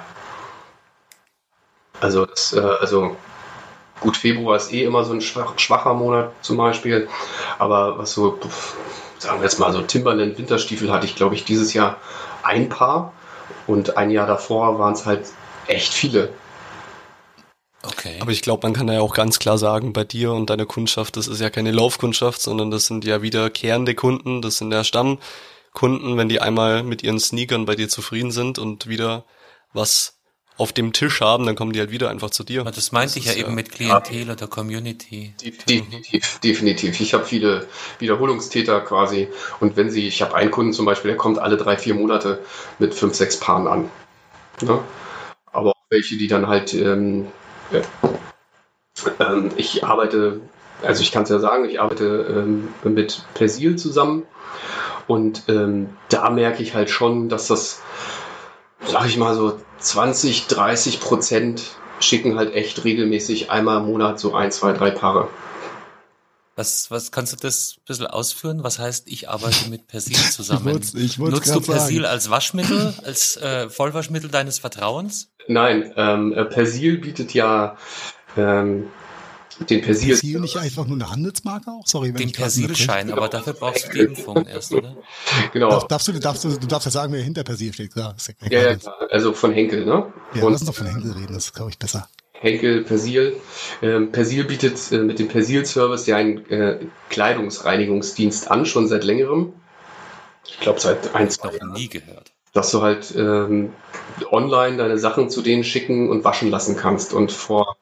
Also gut, Februar ist immer so ein schwacher Monat zum Beispiel. Aber was so, sagen wir jetzt mal so Timberland Winterstiefel hatte ich, glaube ich, dieses Jahr ein Paar. Und ein Jahr davor waren es halt echt viele. Okay. Aber ich glaube, man kann ja auch ganz klar sagen, bei dir und deiner Kundschaft, das ist ja keine Laufkundschaft, sondern das sind ja wiederkehrende Kunden, das sind ja Stammkunden, wenn die einmal mit ihren Sneakern bei dir zufrieden sind und wieder was auf dem Tisch haben, dann kommen die halt wieder einfach zu dir. Das meinte ich ja eben mit Klientel oder Community. Definitiv. Ich habe viele Wiederholungstäter quasi. Und ich habe einen Kunden zum Beispiel, der kommt alle 3-4 Monate mit 5-6 Paaren an. Ne? Aber auch welche, die dann halt, ich arbeite, also ich kann es ja sagen, ich arbeite mit Persil zusammen. Und da merke ich halt schon, dass das, sag ich mal so, 20-30% schicken halt echt regelmäßig einmal im Monat so 1, 2, 3 Paare. Was kannst du das ein bisschen ausführen? Was heißt, ich arbeite mit Persil zusammen? Ich Nutzt du Persil als Waschmittel, als Vollwaschmittel deines Vertrauens? Nein, Persil bietet ja den Persil. Persil nicht einfach nur eine Handelsmarke auch? Sorry, wenn den ich Persilschein, aber dafür brauchst du die Impfung erst, oder? Genau. Du darfst ja sagen, wer hinter Persil steht. Klar, ist ja, klar. Also von Henkel, ne? Ja, lass uns doch von Henkel reden, das ist, glaube ich, besser. Henkel, Persil. Persil bietet mit dem Persil-Service ja einen Kleidungsreinigungsdienst an, schon seit längerem. Ich glaube seit 1-2 Jahren. Nie gehört. Dass du halt online deine Sachen zu denen schicken und waschen lassen kannst. Und vor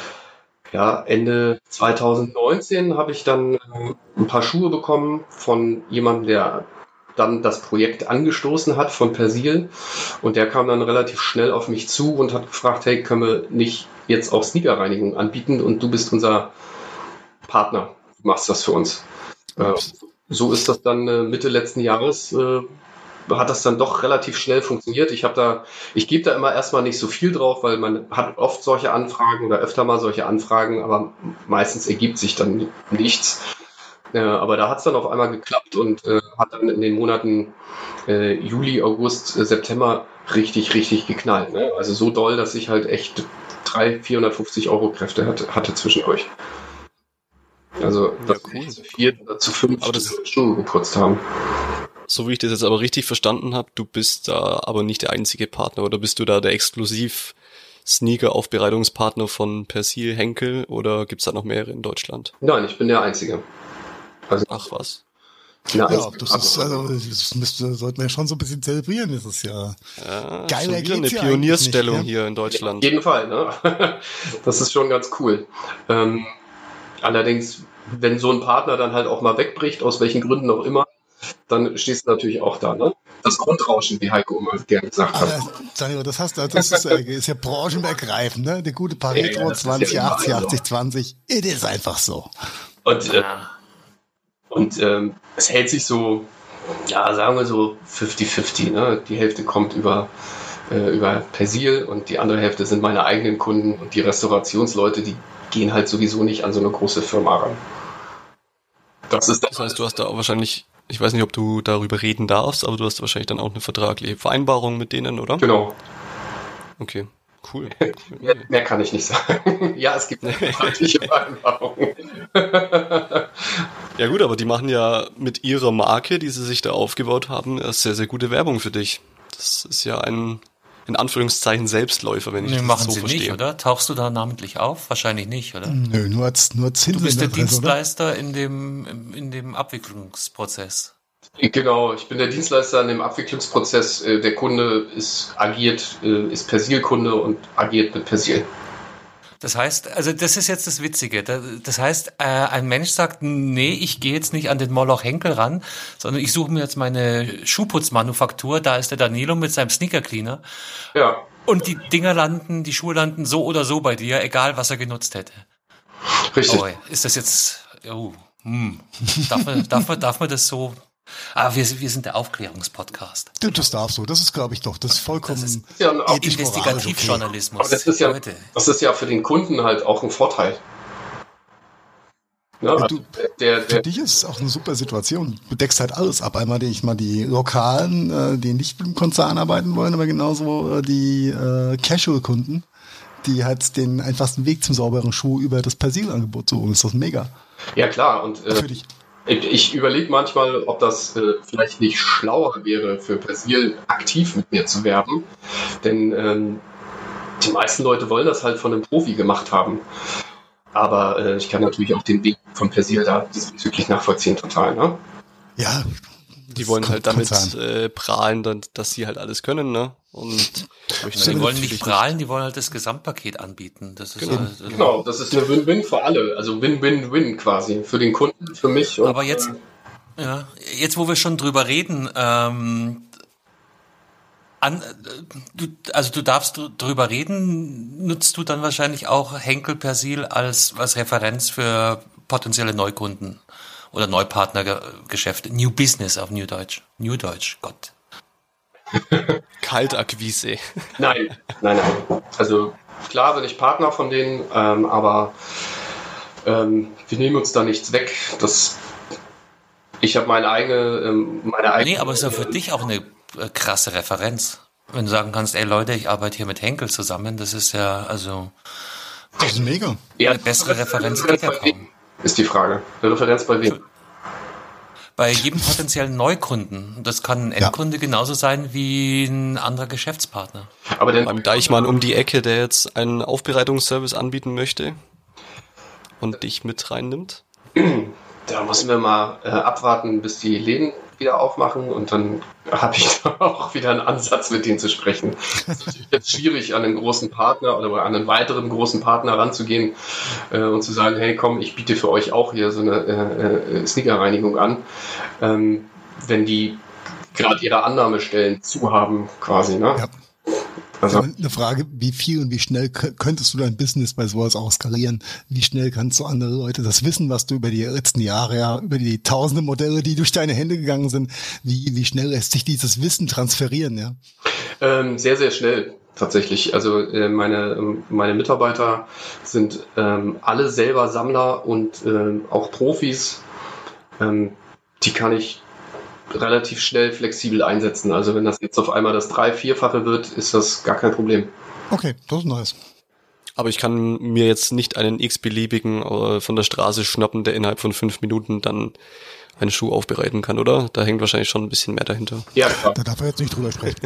Ende 2019 habe ich dann ein paar Schuhe bekommen von jemandem, der dann das Projekt angestoßen hat von Persil. Und der kam dann relativ schnell auf mich zu und hat gefragt, hey, können wir nicht jetzt auch Sneakerreinigung anbieten? Und du bist unser Partner, du machst das für uns. So ist das dann Mitte letzten Jahres, hat das dann doch relativ schnell funktioniert. Ich gebe da immer erstmal nicht so viel drauf, weil man hat oft solche Anfragen oder öfter mal solche Anfragen, aber meistens ergibt sich dann nichts. Aber da hat es dann auf einmal geklappt und hat dann in den Monaten Juli, August, September richtig geknallt. Ne? Also so doll, dass ich halt echt 450 Euro Kräfte hatte zwischendurch. Also dass wir zu 4 oder zu 5 Stunden geputzt haben. So wie ich das jetzt aber richtig verstanden habe, du bist da aber nicht der einzige Partner, oder bist du da der exklusiv Sneaker-Aufbereitungspartner von Persil, Henkel, oder gibt's da noch mehrere in Deutschland? Nein, ich bin der Einzige. Also, ach was. Ja, das sollten wir ja schon so ein bisschen zelebrieren. Das ist ja geil. Schon wieder eine Pionierstellung hier in Deutschland. Auf jeden Fall, ne? Das ist schon ganz cool. Allerdings, wenn so ein Partner dann halt auch mal wegbricht, aus welchen Gründen auch immer, dann stehst du natürlich auch da, ne? Das Grundrauschen, wie Heiko immer gerne gesagt hat. Daniel, das ist ja branchenübergreifend, ne? Der gute Pareto 2080, 80-20. Es ist einfach so. Und es hält sich so, sagen wir so 50-50, ne? Die Hälfte kommt über Persil und die andere Hälfte sind meine eigenen Kunden, und die Restaurationsleute, die gehen halt sowieso nicht an so eine große Firma ran. Das heißt, du hast da auch wahrscheinlich, ich weiß nicht, ob du darüber reden darfst, aber du hast wahrscheinlich dann auch eine vertragliche Vereinbarung mit denen, oder? Genau. Okay, cool. Mehr kann ich nicht sagen. Ja, es gibt eine vertragliche Vereinbarung. Ja gut, aber die machen ja mit ihrer Marke, die sie sich da aufgebaut haben, sehr, sehr gute Werbung für dich. Das ist ja ein, in Anführungszeichen, Selbstläufer, wenn ich das so verstehe. Machen sie nicht, oder? Tauchst du da namentlich auf? Wahrscheinlich nicht, oder? Nö, nur als Zinsen. Du bist der Dienstleister in dem Abwicklungsprozess. Genau, ich bin der Dienstleister in dem Abwicklungsprozess. Der Kunde ist Persil-Kunde und agiert mit Persil. Das heißt, also das ist jetzt das Witzige. Das heißt, ein Mensch sagt, nee, ich gehe jetzt nicht an den Moloch Henkel ran, sondern ich suche mir jetzt meine Schuhputzmanufaktur. Da ist der Danilo mit seinem Sneaker Cleaner. Ja. Und die Schuhe landen so oder so bei dir, egal was er genutzt hätte. Richtig. Oh, ist das jetzt, darf man das so? Aber wir sind der Aufklärungspodcast. Das darfst du. Das ist, glaube ich, doch. Das ist vollkommen das ist Investigativjournalismus. Aber das ist ja für den Kunden halt auch ein Vorteil. Ja, für dich ist es auch eine super Situation. Du deckst halt alles ab. Einmal die Lokalen, die nicht mit dem Konzern arbeiten wollen, aber genauso die Casual-Kunden, die halt den einfachsten Weg zum sauberen Schuh über das Persil-Angebot suchen. Das ist mega. Ja, klar. Und für dich. Ich überlege manchmal, ob das vielleicht nicht schlauer wäre, für Persil aktiv mit mir zu werben. Denn die meisten Leute wollen das halt von einem Profi gemacht haben. Aber ich kann natürlich auch den Weg von Persil da diesbezüglich nachvollziehen, total. Ne? Ja, Die wollen halt damit Konzern. prahlen, dass sie halt alles können, ne? Und Die wollen nicht prahlen, die wollen halt das Gesamtpaket anbieten. Das ist Genau. halt, Genau, das ist eine Win-Win für alle. Also Win-Win-Win quasi. Für den Kunden, für mich. Und aber jetzt, wo wir schon drüber reden, du darfst drüber reden, nutzt du dann wahrscheinlich auch Henkel Persil als Referenz für potenzielle Neukunden oder Neupartnergeschäfte. New Business auf New Deutsch, Gott. Kaltakquise. Nein. Also klar bin ich Partner von denen, aber wir nehmen uns da nichts weg. Ich habe meine eigene. Nee, aber es ist ja für dich auch eine krasse Referenz. Wenn du sagen kannst, ey Leute, ich arbeite hier mit Henkel zusammen, das ist ja, also. Das ist mega. Ja, eine bessere Referenz geht ja kaum. Ist die Frage. Eine Referenz bei wem? Bei jedem potenziellen Neukunden. Das kann ein Endkunde genauso sein wie ein anderer Geschäftspartner. Aber beim Deichmann um die Ecke, der jetzt einen Aufbereitungsservice anbieten möchte und dich mit reinnimmt? Da müssen wir mal abwarten, bis die Läden wieder aufmachen und dann habe ich da auch wieder einen Ansatz, mit denen zu sprechen. Es ist natürlich jetzt schwierig, an einen großen Partner oder an einen weiteren großen Partner ranzugehen und zu sagen, hey komm, ich biete für euch auch hier so eine Sneakerreinigung an, wenn die gerade ihre Annahmestellen zu haben quasi. Ne? Ja. Also, eine Frage, wie viel und wie schnell könntest du dein Business bei sowas auch skalieren? Wie schnell kannst du andere Leute das Wissen, was du über die letzten Jahre, über die tausende Modelle, die durch deine Hände gegangen sind, wie schnell lässt sich dieses Wissen transferieren? Ja? Sehr, sehr schnell tatsächlich. Also meine Mitarbeiter sind alle selber Sammler und auch Profis. Die kann ich relativ schnell flexibel einsetzen. Also wenn das jetzt auf einmal das 3-4-fache wird, ist das gar kein Problem. Okay, das ist nice. Aber ich kann mir jetzt nicht einen x-beliebigen von der Straße schnappen, der innerhalb von 5 Minuten dann einen Schuh aufbereiten kann, oder? Da hängt wahrscheinlich schon ein bisschen mehr dahinter. Ja, klar. Da darf er jetzt nicht drüber sprechen.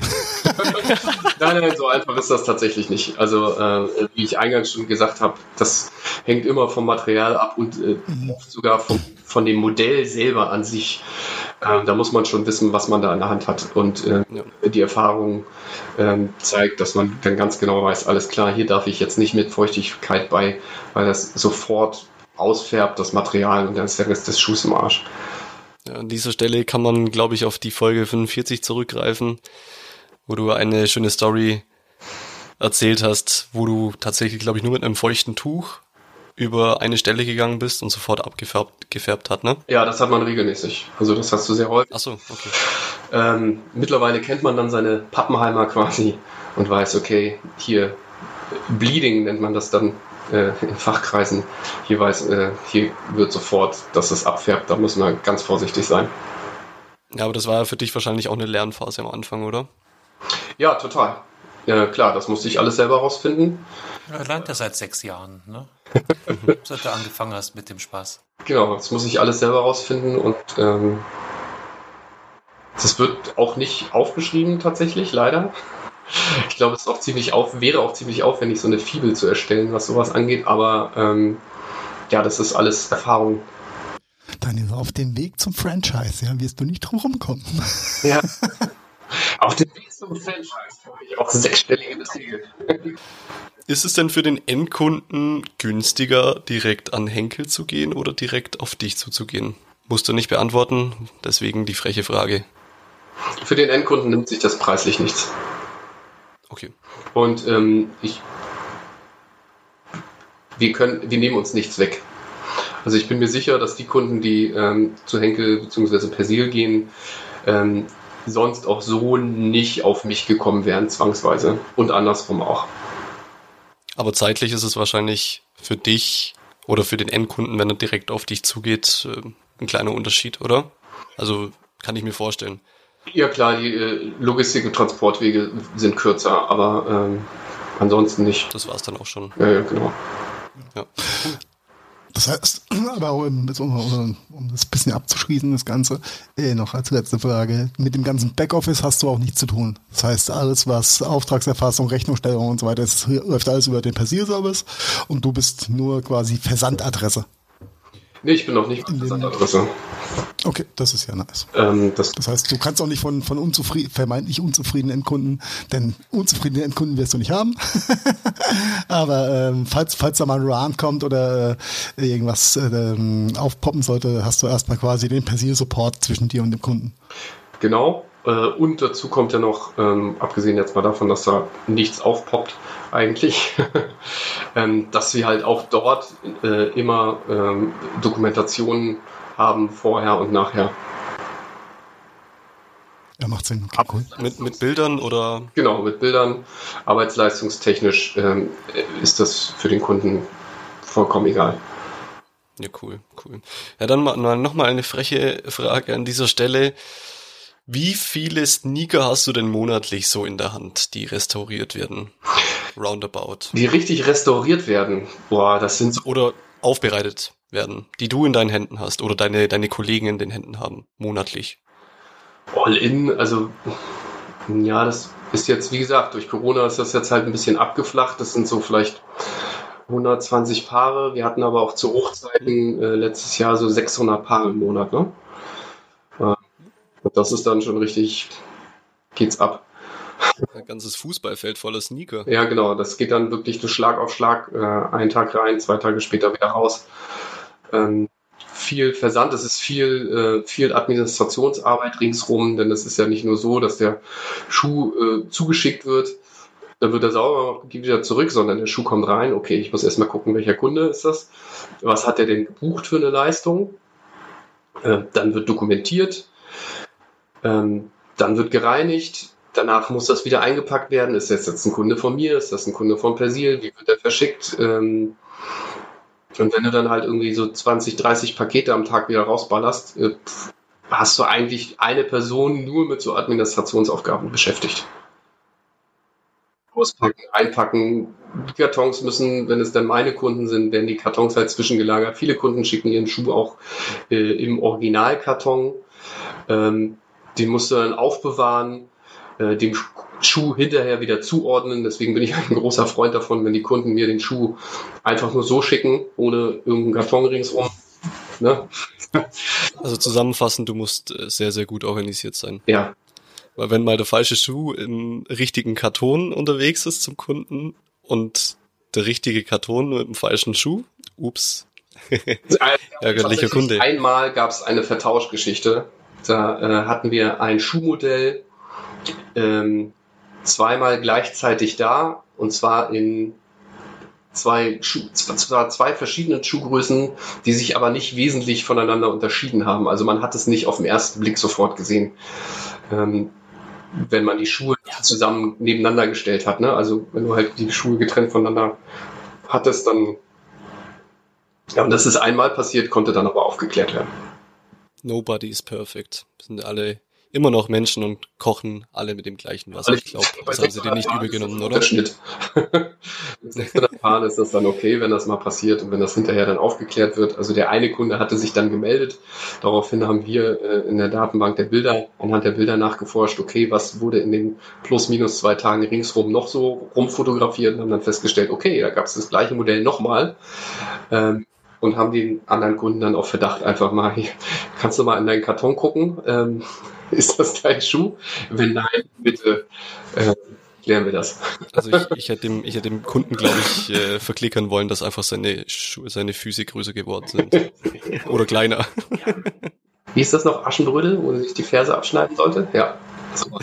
Nein, so einfach ist das tatsächlich nicht. Also wie ich eingangs schon gesagt habe, das hängt immer vom Material ab und oft sogar von dem Modell selber an sich. Da muss man schon wissen, was man da in der Hand hat. Und die Erfahrung zeigt, dass man dann ganz genau weiß, alles klar, hier darf ich jetzt nicht mit Feuchtigkeit bei, weil das sofort ausfärbt, das Material, und dann ist der Rest des Schuhs im Arsch. Ja, an dieser Stelle kann man, glaube ich, auf die Folge 45 zurückgreifen, wo du eine schöne Story erzählt hast, wo du tatsächlich, glaube ich, nur mit einem feuchten Tuch über eine Stelle gegangen bist und sofort gefärbt hat, ne? Ja, das hat man regelmäßig. Also das hast du sehr häufig. Ach so, okay. Mittlerweile kennt man dann seine Pappenheimer quasi und weiß, okay, hier Bleeding nennt man das dann in Fachkreisen. Hier wird sofort, dass es abfärbt. Da muss man ganz vorsichtig sein. Ja, aber das war ja für dich wahrscheinlich auch eine Lernphase am Anfang, oder? Ja, total. Ja, klar, das musste ich alles selber rausfinden. Er lernt ja seit 6 Jahren, ne? Seit du angefangen hast mit dem Spaß. Genau, das muss ich alles selber rausfinden und das wird auch nicht aufgeschrieben tatsächlich, leider. Ich glaube, es ist wäre auch ziemlich aufwendig, so eine Fibel zu erstellen, was sowas angeht, aber das ist alles Erfahrung. Daniel, auf dem Weg zum Franchise, wirst du nicht drum rumkommen. Ja. Auf dem Weg zum Franchise habe ich auch 6-stellige Beträge. Ist es denn für den Endkunden günstiger, direkt an Henkel zu gehen oder direkt auf dich zuzugehen? Musst du nicht beantworten, deswegen die freche Frage. Für den Endkunden nimmt sich das preislich nichts. Okay. Und wir nehmen uns nichts weg. Also ich bin mir sicher, dass die Kunden, die zu Henkel bzw. Persil gehen, sonst auch so nicht auf mich gekommen wären, zwangsweise. Und andersrum auch. Aber zeitlich ist es wahrscheinlich für dich oder für den Endkunden, wenn er direkt auf dich zugeht, ein kleiner Unterschied, oder? Also kann ich mir vorstellen. Ja klar, die Logistik- und Transportwege sind kürzer, aber ansonsten nicht. Das war es dann auch schon. Ja, genau. Ja. Das heißt, aber um das ein bisschen abzuschließen, das Ganze, noch als letzte Frage, mit dem ganzen Backoffice hast du auch nichts zu tun. Das heißt, alles, was Auftragserfassung, Rechnungsstellung und so weiter ist, läuft alles über den Persil-Service und du bist nur quasi Versandadresse. Nee, ich bin noch nicht Versandadresse. Okay, das ist ja nice. Das heißt, du kannst auch nicht von vermeintlich unzufriedenen Endkunden, denn unzufriedene Endkunden wirst du nicht haben. Aber falls da mal ein Run kommt oder irgendwas aufpoppen sollte, hast du erstmal quasi den Persil-Support zwischen dir und dem Kunden. Genau. Und dazu kommt ja noch, abgesehen jetzt mal davon, dass da nichts aufpoppt eigentlich, dass wir halt auch dort immer Dokumentationen haben, vorher und nachher. Ja, macht Sinn. Okay, cool. Mit Bildern oder? Genau, mit Bildern. Arbeitsleistungstechnisch ist das für den Kunden vollkommen egal. Ja, cool. Ja, dann noch mal eine freche Frage an dieser Stelle. Wie viele Sneaker hast du denn monatlich so in der Hand, die restauriert werden? Roundabout. Die richtig restauriert werden. Boah, das sind so. Oder aufbereitet werden, die du in deinen Händen hast oder deine Kollegen in den Händen haben, monatlich. All in, also ja, das ist jetzt, wie gesagt, durch Corona ist das jetzt halt ein bisschen abgeflacht. Das sind so vielleicht 120 Paare. Wir hatten aber auch zu Hochzeiten letztes Jahr so 600 Paare im Monat, ne? Und das ist dann schon richtig, geht's ab. Ein ganzes Fußballfeld voller Sneaker. Ja, genau. Das geht dann wirklich durch Schlag auf Schlag. Einen Tag rein, 2 Tage später wieder raus. Viel Versand, es ist viel Administrationsarbeit ringsrum, denn es ist ja nicht nur so, dass der Schuh zugeschickt wird, dann wird er sauber, geht wieder zurück, sondern der Schuh kommt rein. Okay, ich muss erstmal gucken, welcher Kunde ist das? Was hat er denn gebucht für eine Leistung? Dann wird dokumentiert. Dann wird gereinigt. Danach muss das wieder eingepackt werden. Ist das jetzt ein Kunde von mir? Ist das ein Kunde von Persil? Wie wird der verschickt? Und wenn du dann halt irgendwie so 20, 30 Pakete am Tag wieder rausballerst, hast du eigentlich eine Person nur mit so Administrationsaufgaben beschäftigt. Auspacken, einpacken. Die Kartons müssen, wenn es dann meine Kunden sind, werden die Kartons halt zwischengelagert. Viele Kunden schicken ihren Schuh auch im Originalkarton. Den musst du dann aufbewahren, dem Schuh hinterher wieder zuordnen. Deswegen bin ich ein großer Freund davon, wenn die Kunden mir den Schuh einfach nur so schicken, ohne irgendeinen Karton ringsrum. Ne? Also zusammenfassend, du musst sehr, sehr gut organisiert sein. Ja. Weil wenn mal der falsche Schuh im richtigen Karton unterwegs ist zum Kunden und der richtige Karton mit dem falschen Schuh, ups. Ärgerlicher Kunde. Einmal gab es eine Vertauschgeschichte. Da hatten wir ein Schuhmodell zweimal gleichzeitig da, und zwar in zwei verschiedenen Schuhgrößen, die sich aber nicht wesentlich voneinander unterschieden haben. Also man hat es nicht auf den ersten Blick sofort gesehen, wenn man die Schuhe zusammen nebeneinander gestellt hat. Ne? Also wenn du halt die Schuhe getrennt voneinander hattest, dann... Ja, und das ist einmal passiert, konnte dann aber aufgeklärt werden. Nobody is perfect. Wir sind alle immer noch Menschen und kochen alle mit dem gleichen Wasser. Ich glaube, das haben sie dir nicht übel genommen, oder? Der Schnitt. Mit 600 Paaren ist das dann okay, wenn das mal passiert und wenn das hinterher dann aufgeklärt wird. Also der eine Kunde hatte sich dann gemeldet. Daraufhin haben wir in der Datenbank der Bilder, anhand der Bilder nachgeforscht, okay, was wurde in den plus minus 2 Tagen ringsrum noch so rumfotografiert, und haben dann festgestellt, okay, da gab es das gleiche Modell nochmal. Und haben den anderen Kunden dann auf Verdacht einfach mal, hier, kannst du mal in deinen Karton gucken? Ist das dein Schuh? Wenn nein, bitte klären wir das. Also ich hätte dem Kunden, glaube ich, verklickern wollen, dass einfach seine Füße größer geworden sind. Oder kleiner. Wie ist das noch? Aschenbrödel, wo er sich die Ferse abschneiden sollte? Ja. So.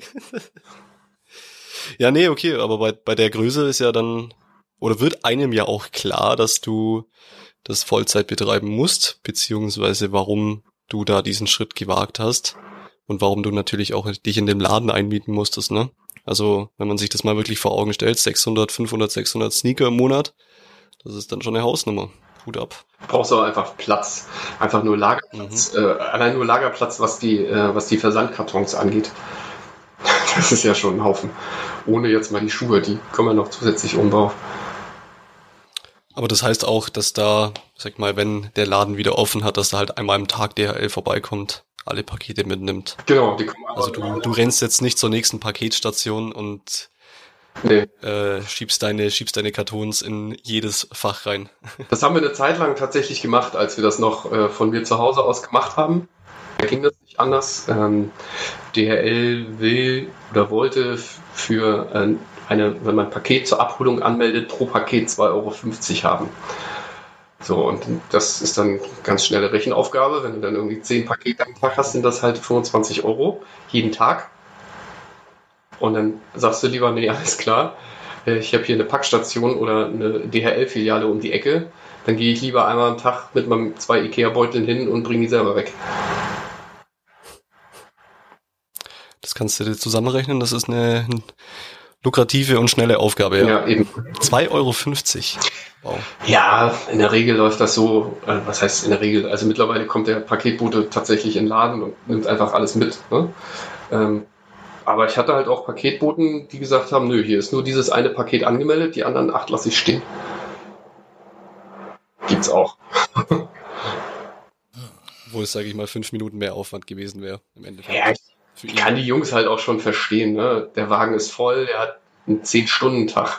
Ja, nee, okay, aber bei der Größe ist ja dann, oder wird einem ja auch klar, dass du das Vollzeit betreiben musst, beziehungsweise warum du da diesen Schritt gewagt hast und warum du natürlich auch dich in dem Laden einmieten musstest, ne? Also, wenn man sich das mal wirklich vor Augen stellt, 600, 500, 600 Sneaker im Monat, das ist dann schon eine Hausnummer. Hut ab. Brauchst aber einfach Platz. Einfach nur Lagerplatz. Allein nur Lagerplatz, was die Versandkartons angeht. Das ist ja schon ein Haufen. Ohne jetzt mal die Schuhe, die können wir noch zusätzlich umbauen. Aber das heißt auch, dass da, sag mal, wenn der Laden wieder offen hat, dass da halt einmal am Tag DHL vorbeikommt, alle Pakete mitnimmt. Genau, die kommen also du rennst jetzt nicht zur nächsten Paketstation und schiebst deine Kartons in jedes Fach rein. Das haben wir eine Zeit lang tatsächlich gemacht, als wir das noch von mir zu Hause aus gemacht haben. ging das nicht anders. DHL will oder wollte für wenn man ein Paket zur Abholung anmeldet, pro Paket 2,50 € haben. So, und das ist dann ganz schnelle Rechenaufgabe. Wenn du dann irgendwie 10 Pakete am Tag hast, sind das halt 25 € jeden Tag. Und dann sagst du lieber, nee, alles klar, ich habe hier eine Packstation oder eine DHL-Filiale um die Ecke, dann gehe ich lieber einmal am Tag mit meinen 2 Ikea-Beuteln hin und bringe die selber weg. Das kannst du dir zusammenrechnen, das ist eine lukrative und schnelle Aufgabe. Ja, eben. 2,50 €. Wow. Ja, in der Regel läuft das so, was heißt in der Regel? Also mittlerweile kommt der Paketbote tatsächlich in den Laden und nimmt einfach alles mit. Ne? Aber ich hatte halt auch Paketboten, die gesagt haben, nö, hier ist nur dieses eine Paket angemeldet, die anderen 8 lasse ich stehen. Gibt's auch. Wo es, sage ich mal, 5 Minuten mehr Aufwand gewesen wäre im Endeffekt. Ja, ich kann die Jungs halt auch schon verstehen. Ne? Der Wagen ist voll, der hat einen 10-Stunden-Tag.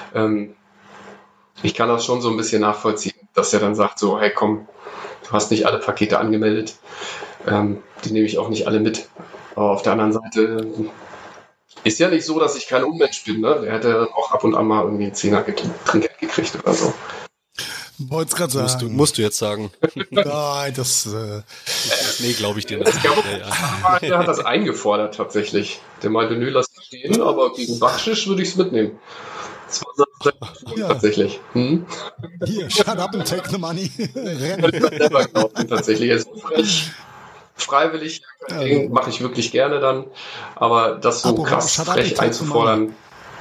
Ich kann das schon so ein bisschen nachvollziehen, dass er dann sagt so, hey komm, du hast nicht alle Pakete angemeldet, die nehme ich auch nicht alle mit. Aber auf der anderen Seite ist ja nicht so, dass ich kein Unmensch bin. Ne? Der hätte auch ab und an mal irgendwie einen 10er Trinkgeld gekriegt oder so. Wollte es gerade sagen. Musst du jetzt sagen. Nein, das... Nee, glaube ich dir nicht. Der hat das eingefordert tatsächlich. Der meinte, nö, lass das stehen, aber gegen Backschisch würde ich es mitnehmen. Das war tatsächlich. Hier, shut up and take the money. Tatsächlich. Also, freiwillig mache ich wirklich gerne dann, aber das so krass frech einzufordern.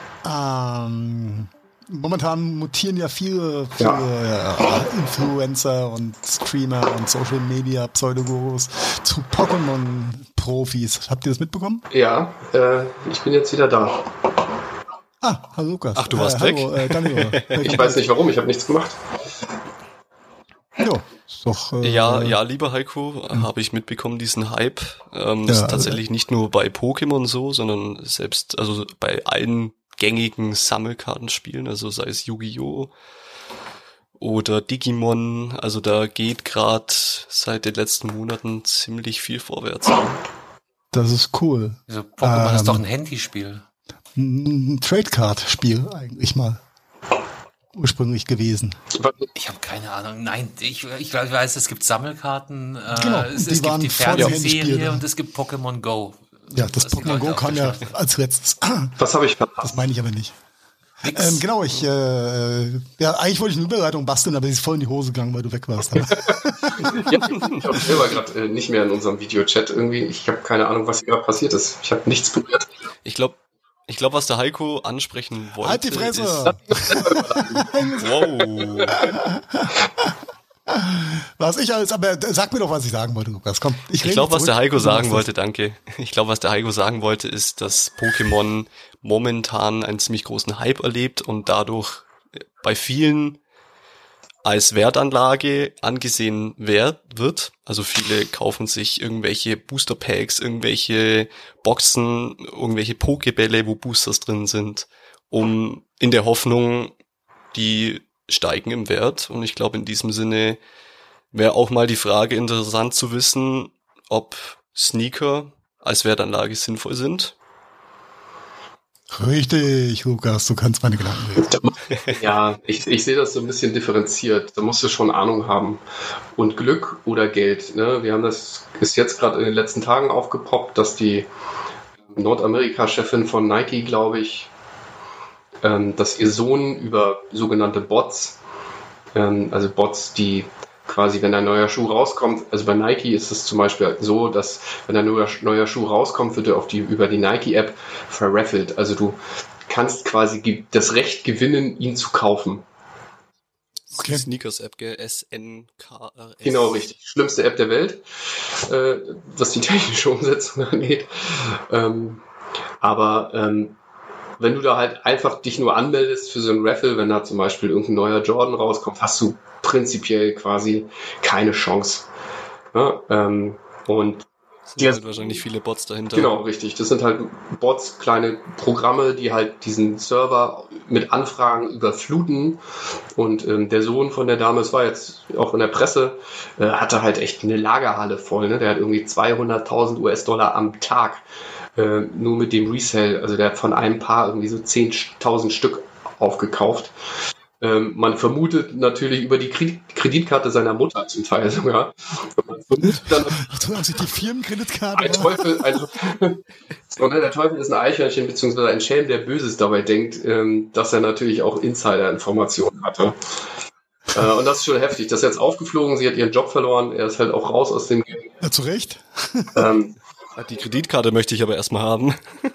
Momentan mutieren ja viele Influencer und Streamer und Social Media Pseudogurus zu Pokémon-Profis. Habt ihr das mitbekommen? Ja, ich bin jetzt wieder da. Hallo Lukas. Ach, du warst weg? Danilo. Ich weiß nicht warum, ich habe nichts gemacht. Jo, ist doch, ja, lieber Heiko, habe ich mitbekommen, diesen Hype. Das ist tatsächlich nicht nur bei Pokémon so, sondern selbst, also bei allen gängigen Sammelkartenspielen, also sei es Yu-Gi-Oh! Oder Digimon, also da geht gerade seit den letzten Monaten ziemlich viel vorwärts. Das ist cool. Also Pokémon ist doch ein Handyspiel. Ein Trade-Card-Spiel eigentlich mal ursprünglich gewesen. Ich habe keine Ahnung. Nein, ich weiß, es gibt Sammelkarten, Genau, es gibt die Fernsehserie und es gibt Pokémon Go. Ja, das Pokémon Go kam ja als letztes. Was habe ich verpasst? Das meine ich aber nicht. Genau, eigentlich wollte ich eine Überleitung basteln, aber sie ist voll in die Hose gegangen, weil du weg warst. Ja, ich habe selber gerade nicht mehr in unserem Videochat irgendwie. Ich habe keine Ahnung, was gerade passiert ist. Ich habe nichts berührt. Ich glaube, was der Heiko ansprechen wollte. Halt die Fresse! Wow. Aber sag mir doch, was ich sagen wollte, Lukas. Komm, ich glaube, was der Heiko sagen wollte, danke. Ich glaube, was der Heiko sagen wollte, ist, dass Pokémon momentan einen ziemlich großen Hype erlebt und dadurch bei vielen als Wertanlage angesehen wird. Also viele kaufen sich irgendwelche Booster Packs, irgendwelche Boxen, irgendwelche Pokebälle, wo Boosters drin sind, um in der Hoffnung, die steigen im Wert. Und ich glaube, in diesem Sinne wäre auch mal die Frage interessant zu wissen, ob Sneaker als Wertanlage sinnvoll sind. Richtig, Lukas, du kannst meine Gedanken lesen. Ja, ich sehe das so ein bisschen differenziert. Da musst du schon Ahnung haben. Und Glück oder Geld. Ne? Ist jetzt gerade in den letzten Tagen aufgepoppt, dass die Nordamerika-Chefin von Nike, glaube ich, dass ihr Sohn über sogenannte Bots, also Bots, die quasi, wenn ein neuer Schuh rauskommt, also bei Nike ist es zum Beispiel so, dass wenn ein neuer Schuh rauskommt, wird er über die Nike-App verraffelt. Also du kannst quasi das Recht gewinnen, ihn zu kaufen. Okay. Sneakers-App, gell? SNKRS. Genau, richtig. Schlimmste App der Welt, was die technische Umsetzung angeht. Wenn du da halt einfach dich nur anmeldest für so ein Raffle, wenn da zum Beispiel irgendein neuer Jordan rauskommt, hast du prinzipiell quasi keine Chance. Ja, und sind halt wahrscheinlich viele Bots dahinter. Genau, richtig. Das sind halt Bots, kleine Programme, die halt diesen Server mit Anfragen überfluten. Und der Sohn von der Dame, es war jetzt auch in der Presse, hatte halt echt eine Lagerhalle voll. Ne? Der hat irgendwie 200.000 US-Dollar am Tag nur mit dem Resell. Also der hat von einem Paar irgendwie so 10.000 Stück aufgekauft. Man vermutet natürlich über die Kreditkarte seiner Mutter zum Teil sogar. Man vermutet dann, Ach, sich die Firmenkreditkarte. der Teufel ist ein Eichhörnchen beziehungsweise ein Schelm, der Böses dabei denkt, dass er natürlich auch Insider-Informationen hatte. Und das ist schon heftig. Das ist jetzt aufgeflogen, sie hat ihren Job verloren, er ist halt auch raus aus dem Game. Ja, zu Recht. Die Kreditkarte möchte ich aber erstmal haben.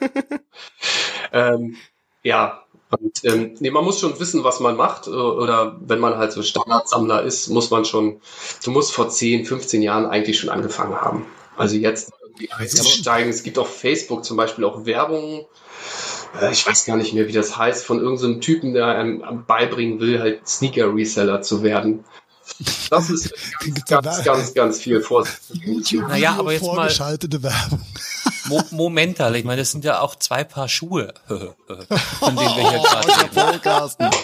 Ja. Und man muss schon wissen, was man macht, oder wenn man halt so Standardsammler ist, du musst vor 10, 15 Jahren eigentlich schon angefangen haben. Also jetzt irgendwie einsteigen. Es gibt auf Facebook zum Beispiel auch Werbung, ich weiß gar nicht mehr, wie das heißt, von irgendeinem Typen, der einem beibringen will, halt Sneaker-Reseller zu werden. Das ist ganz viel Vorsicht. Naja, aber jetzt mal vorgeschaltete Werbung. Momental, ich meine, das sind ja auch 2 Paar Schuhe, von denen wir hier gerade reden.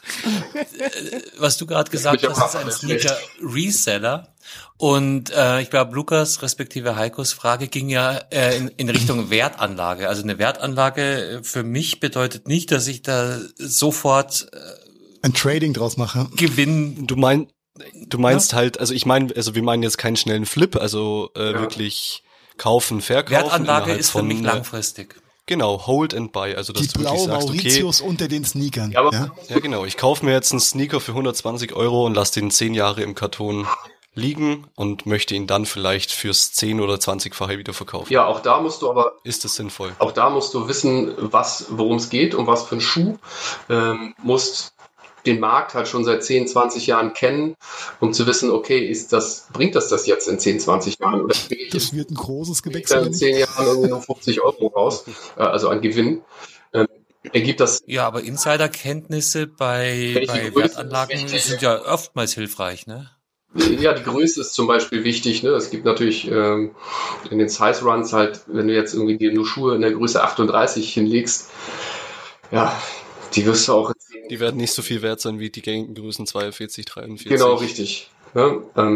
Was du gerade gesagt hast, ist ein Sneaker-Reseller. Und ich glaube, Lukas respektive Heikos Frage ging ja in Richtung Wertanlage. Also eine Wertanlage für mich bedeutet nicht, dass ich da sofort ein Trading draus mache. Gewinn. Du meinst halt, also wir meinen jetzt keinen schnellen Flip, also wirklich kaufen, verkaufen. Wertanlage ist für mich langfristig. Genau, hold and buy. Also dass die du wirklich sagst, Mauritius unter den Sneakern. Ja, genau. Ich kaufe mir jetzt einen Sneaker für 120 € und lasse den 10 Jahre im Karton liegen und möchte ihn dann vielleicht fürs 10- oder 20-fache wieder verkaufen. Ja, auch da musst du aber... Ist das sinnvoll? Auch da musst du wissen, worum es geht und was für ein Schuh. Musst den Markt halt schon seit 10, 20 Jahren kennen, um zu wissen, okay, bringt das jetzt in 10, 20 Jahren? Oder das wird ein großes Gewächs. In 10 Jahren irgendwie nur 50 € raus, also an Gewinn. Ergibt das... Ja, aber Insiderkenntnisse bei Wertanlagen sind ja oftmals hilfreich, ne? Ja, die Größe ist zum Beispiel wichtig. Ne? Es gibt natürlich in den Size Runs halt, wenn du jetzt irgendwie dir nur Schuhe in der Größe 38 hinlegst, ja, die wirst du auch... Die werden nicht so viel wert sein wie die gängigen Größen 42, 43. Genau, richtig. Ja,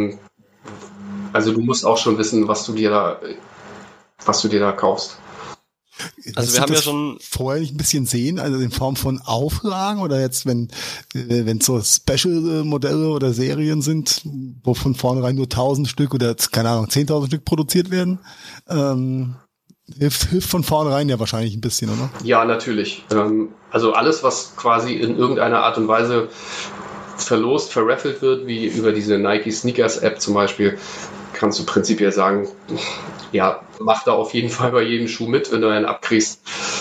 also du musst auch schon wissen, was du dir da kaufst. Also wir haben ja schon vorher nicht ein bisschen sehen, also in Form von Auflagen oder jetzt, wenn so Special-Modelle oder Serien sind, wo von vornherein nur 1000 Stück oder, keine Ahnung, 10.000 Stück produziert werden, hilft von vornherein ja wahrscheinlich ein bisschen, oder? Ja, natürlich. Also alles, was quasi in irgendeiner Art und Weise verraffelt wird, wie über diese Nike Sneakers App zum Beispiel, kannst du prinzipiell sagen, ja, mach da auf jeden Fall bei jedem Schuh mit, wenn du einen abkriegst.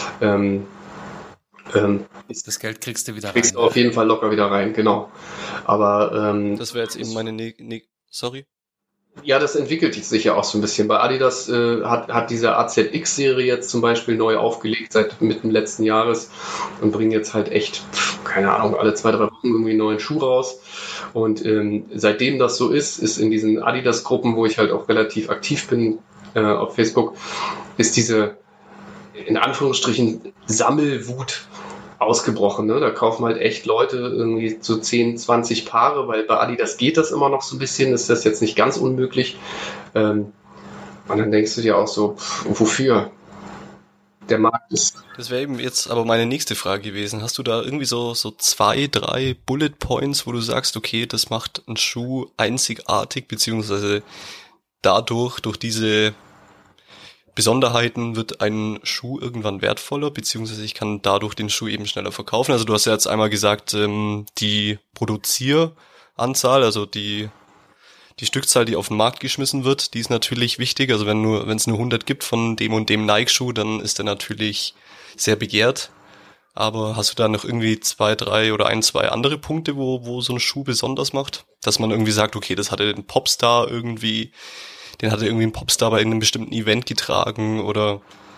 Das Geld kriegst du wieder rein. Kriegst du auf jeden Fall locker wieder rein, genau. Aber das wäre jetzt eben meine sorry. Ja, das entwickelt sich ja auch so ein bisschen. Bei Adidas hat diese AZX-Serie jetzt zum Beispiel neu aufgelegt seit Mitte letzten Jahres und bringen jetzt halt echt, keine Ahnung, alle 2, 3 Wochen irgendwie einen neuen Schuh raus. Und seitdem das so ist in diesen Adidas-Gruppen, wo ich halt auch relativ aktiv bin auf Facebook, ist diese, in Anführungsstrichen, Sammelwut ausgebrochen. Ne? Da kaufen halt echt Leute irgendwie so 10, 20 Paare, weil bei Adidas geht das immer noch so ein bisschen, ist das jetzt nicht ganz unmöglich. Und dann denkst du dir auch so, wofür? Der Markt ist... Das wäre eben jetzt aber meine nächste Frage gewesen. Hast du da irgendwie so 2, 3 Bullet Points, wo du sagst, okay, das macht einen Schuh einzigartig, beziehungsweise durch diese Besonderheiten wird ein Schuh irgendwann wertvoller, beziehungsweise ich kann dadurch den Schuh eben schneller verkaufen. Also du hast ja jetzt einmal gesagt, die Produzieranzahl, also die Stückzahl, die auf den Markt geschmissen wird, die ist natürlich wichtig. Also wenn es nur 100 gibt von dem und dem Nike-Schuh, dann ist der natürlich sehr begehrt. Aber hast du da noch irgendwie 2, 3 oder 1, 2 andere Punkte, wo so ein Schuh besonders macht? Dass man irgendwie sagt, okay, das hatte den Popstar irgendwie... Den hat er irgendwie ein Popstar bei einem bestimmten Event getragen oder...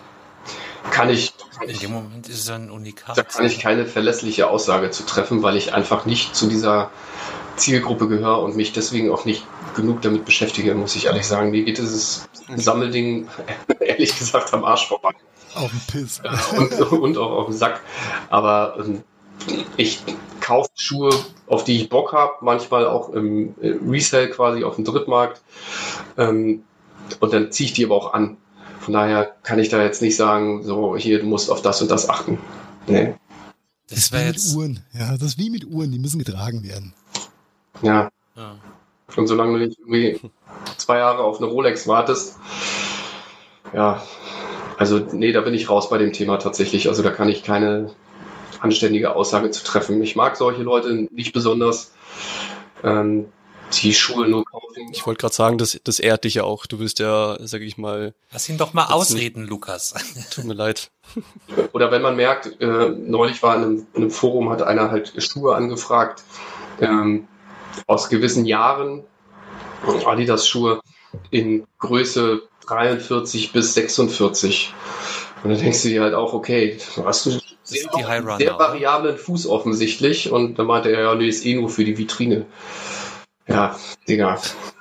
In dem Moment ist es ein Unikat. Da kann ich keine verlässliche Aussage zu treffen, weil ich einfach nicht zu dieser Zielgruppe gehöre und mich deswegen auch nicht genug damit beschäftige, muss ich ehrlich sagen. Mir geht dieses Sammelding ehrlich gesagt am Arsch vorbei. Auf den Piss. Und auch auf den Sack. Aber ich kaufe Schuhe, auf die ich Bock habe, manchmal auch im Resale quasi auf dem Drittmarkt. Und dann ziehe ich die aber auch an. Von daher kann ich da jetzt nicht sagen, so hier, du musst auf das und das achten. Nee. Das wäre jetzt mit Uhren. Ja, das ist wie mit Uhren, die müssen getragen werden. Ja. Und solange du nicht irgendwie 2 Jahre auf eine Rolex wartest, ja, also nee, da bin ich raus bei dem Thema tatsächlich. Also da kann ich keine anständige Aussage zu treffen. Ich mag solche Leute nicht besonders, die Schuhe nur kaufen. Ich wollte gerade sagen, das ehrt dich ja auch. Du bist ja, sag ich mal... Lass ihn doch mal ausreden, Lukas. Tut mir leid. Oder wenn man merkt, neulich war in einem Forum, hat einer halt Schuhe angefragt, aus gewissen Jahren, Adidas-Schuhe in Größe 43 bis 46. Und dann denkst du dir halt auch, okay, du hast einen sehr variablen Fuß offensichtlich. Und dann meinte er, ja, nee, ist eh nur für die Vitrine. Ja, Digga.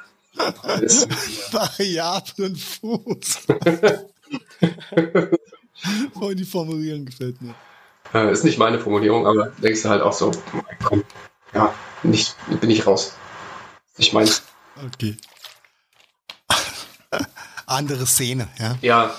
Variablen Fuß. Oh, die Formulierung gefällt mir. Ist nicht meine Formulierung, aber denkst du halt auch so, komm, ja, bin ich raus. Ich meine. Okay. Andere Szene, ja.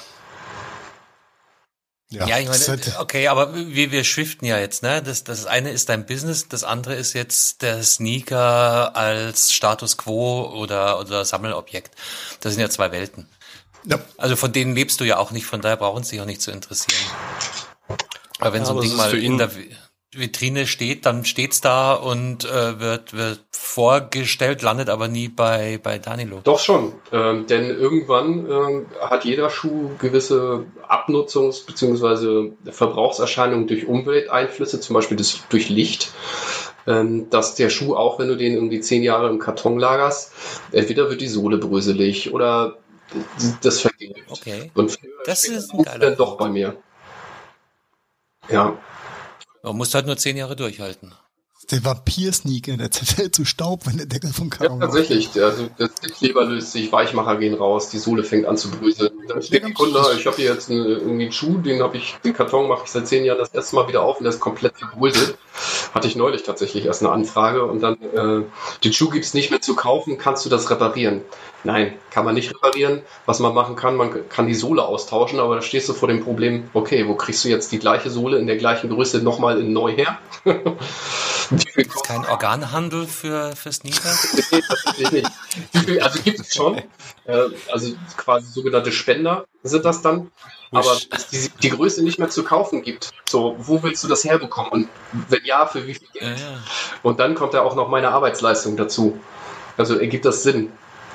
Ja, ich meine, okay, aber wir shiften ja jetzt, ne? Das eine ist dein Business, das andere ist jetzt der Sneaker als Status Quo oder Sammelobjekt. Das sind ja 2 Welten. Ja. Also von denen lebst du ja auch nicht, von daher brauchen sie sich auch nicht zu interessieren. Aber wenn so ein Ding mal in der Vitrine steht, dann steht's da und wird vorgestellt, landet aber nie bei Danilo. Doch schon, denn irgendwann hat jeder Schuh gewisse Abnutzungs- bzw. Verbrauchserscheinungen durch Umwelteinflüsse, zum Beispiel durch Licht, dass der Schuh, auch wenn du den irgendwie 10 Jahre im Karton lagerst, entweder wird die Sohle bröselig oder das vergeht. Okay. Und das ist ein geiler dann doch bei mir. Ja. Man muss halt nur 10 Jahre durchhalten. Der Vampir-Sneaker, der zerfällt zu Staub, wenn der Deckel vom Karton Ja, tatsächlich. Also das Kleber löst sich, Weichmacher gehen raus, die Sohle fängt an zu bröseln. Dann steht der Kunde, ich habe hier jetzt irgendwie einen Schuh, den Karton mache ich seit 10 Jahren das erste Mal wieder auf und der ist komplett verbröselt. Hatte ich neulich tatsächlich erst eine Anfrage und dann, den Schuh gibt's nicht mehr zu kaufen, kannst du das reparieren? Nein, kann man nicht reparieren. Was man machen kann, man kann die Sohle austauschen, aber da stehst du vor dem Problem, okay, wo kriegst du jetzt die gleiche Sohle in der gleichen Größe nochmal in neu her? Ist kein Organhandel für Sneaker? Nee, tatsächlich nicht. Also gibt es schon. Also quasi sogenannte Spender sind das dann. Aber dass die Größe nicht mehr zu kaufen gibt. So, wo willst du das herbekommen? Und wenn ja, für wie viel Geld? Ja. Und dann kommt ja auch noch meine Arbeitsleistung dazu. Also ergibt das Sinn.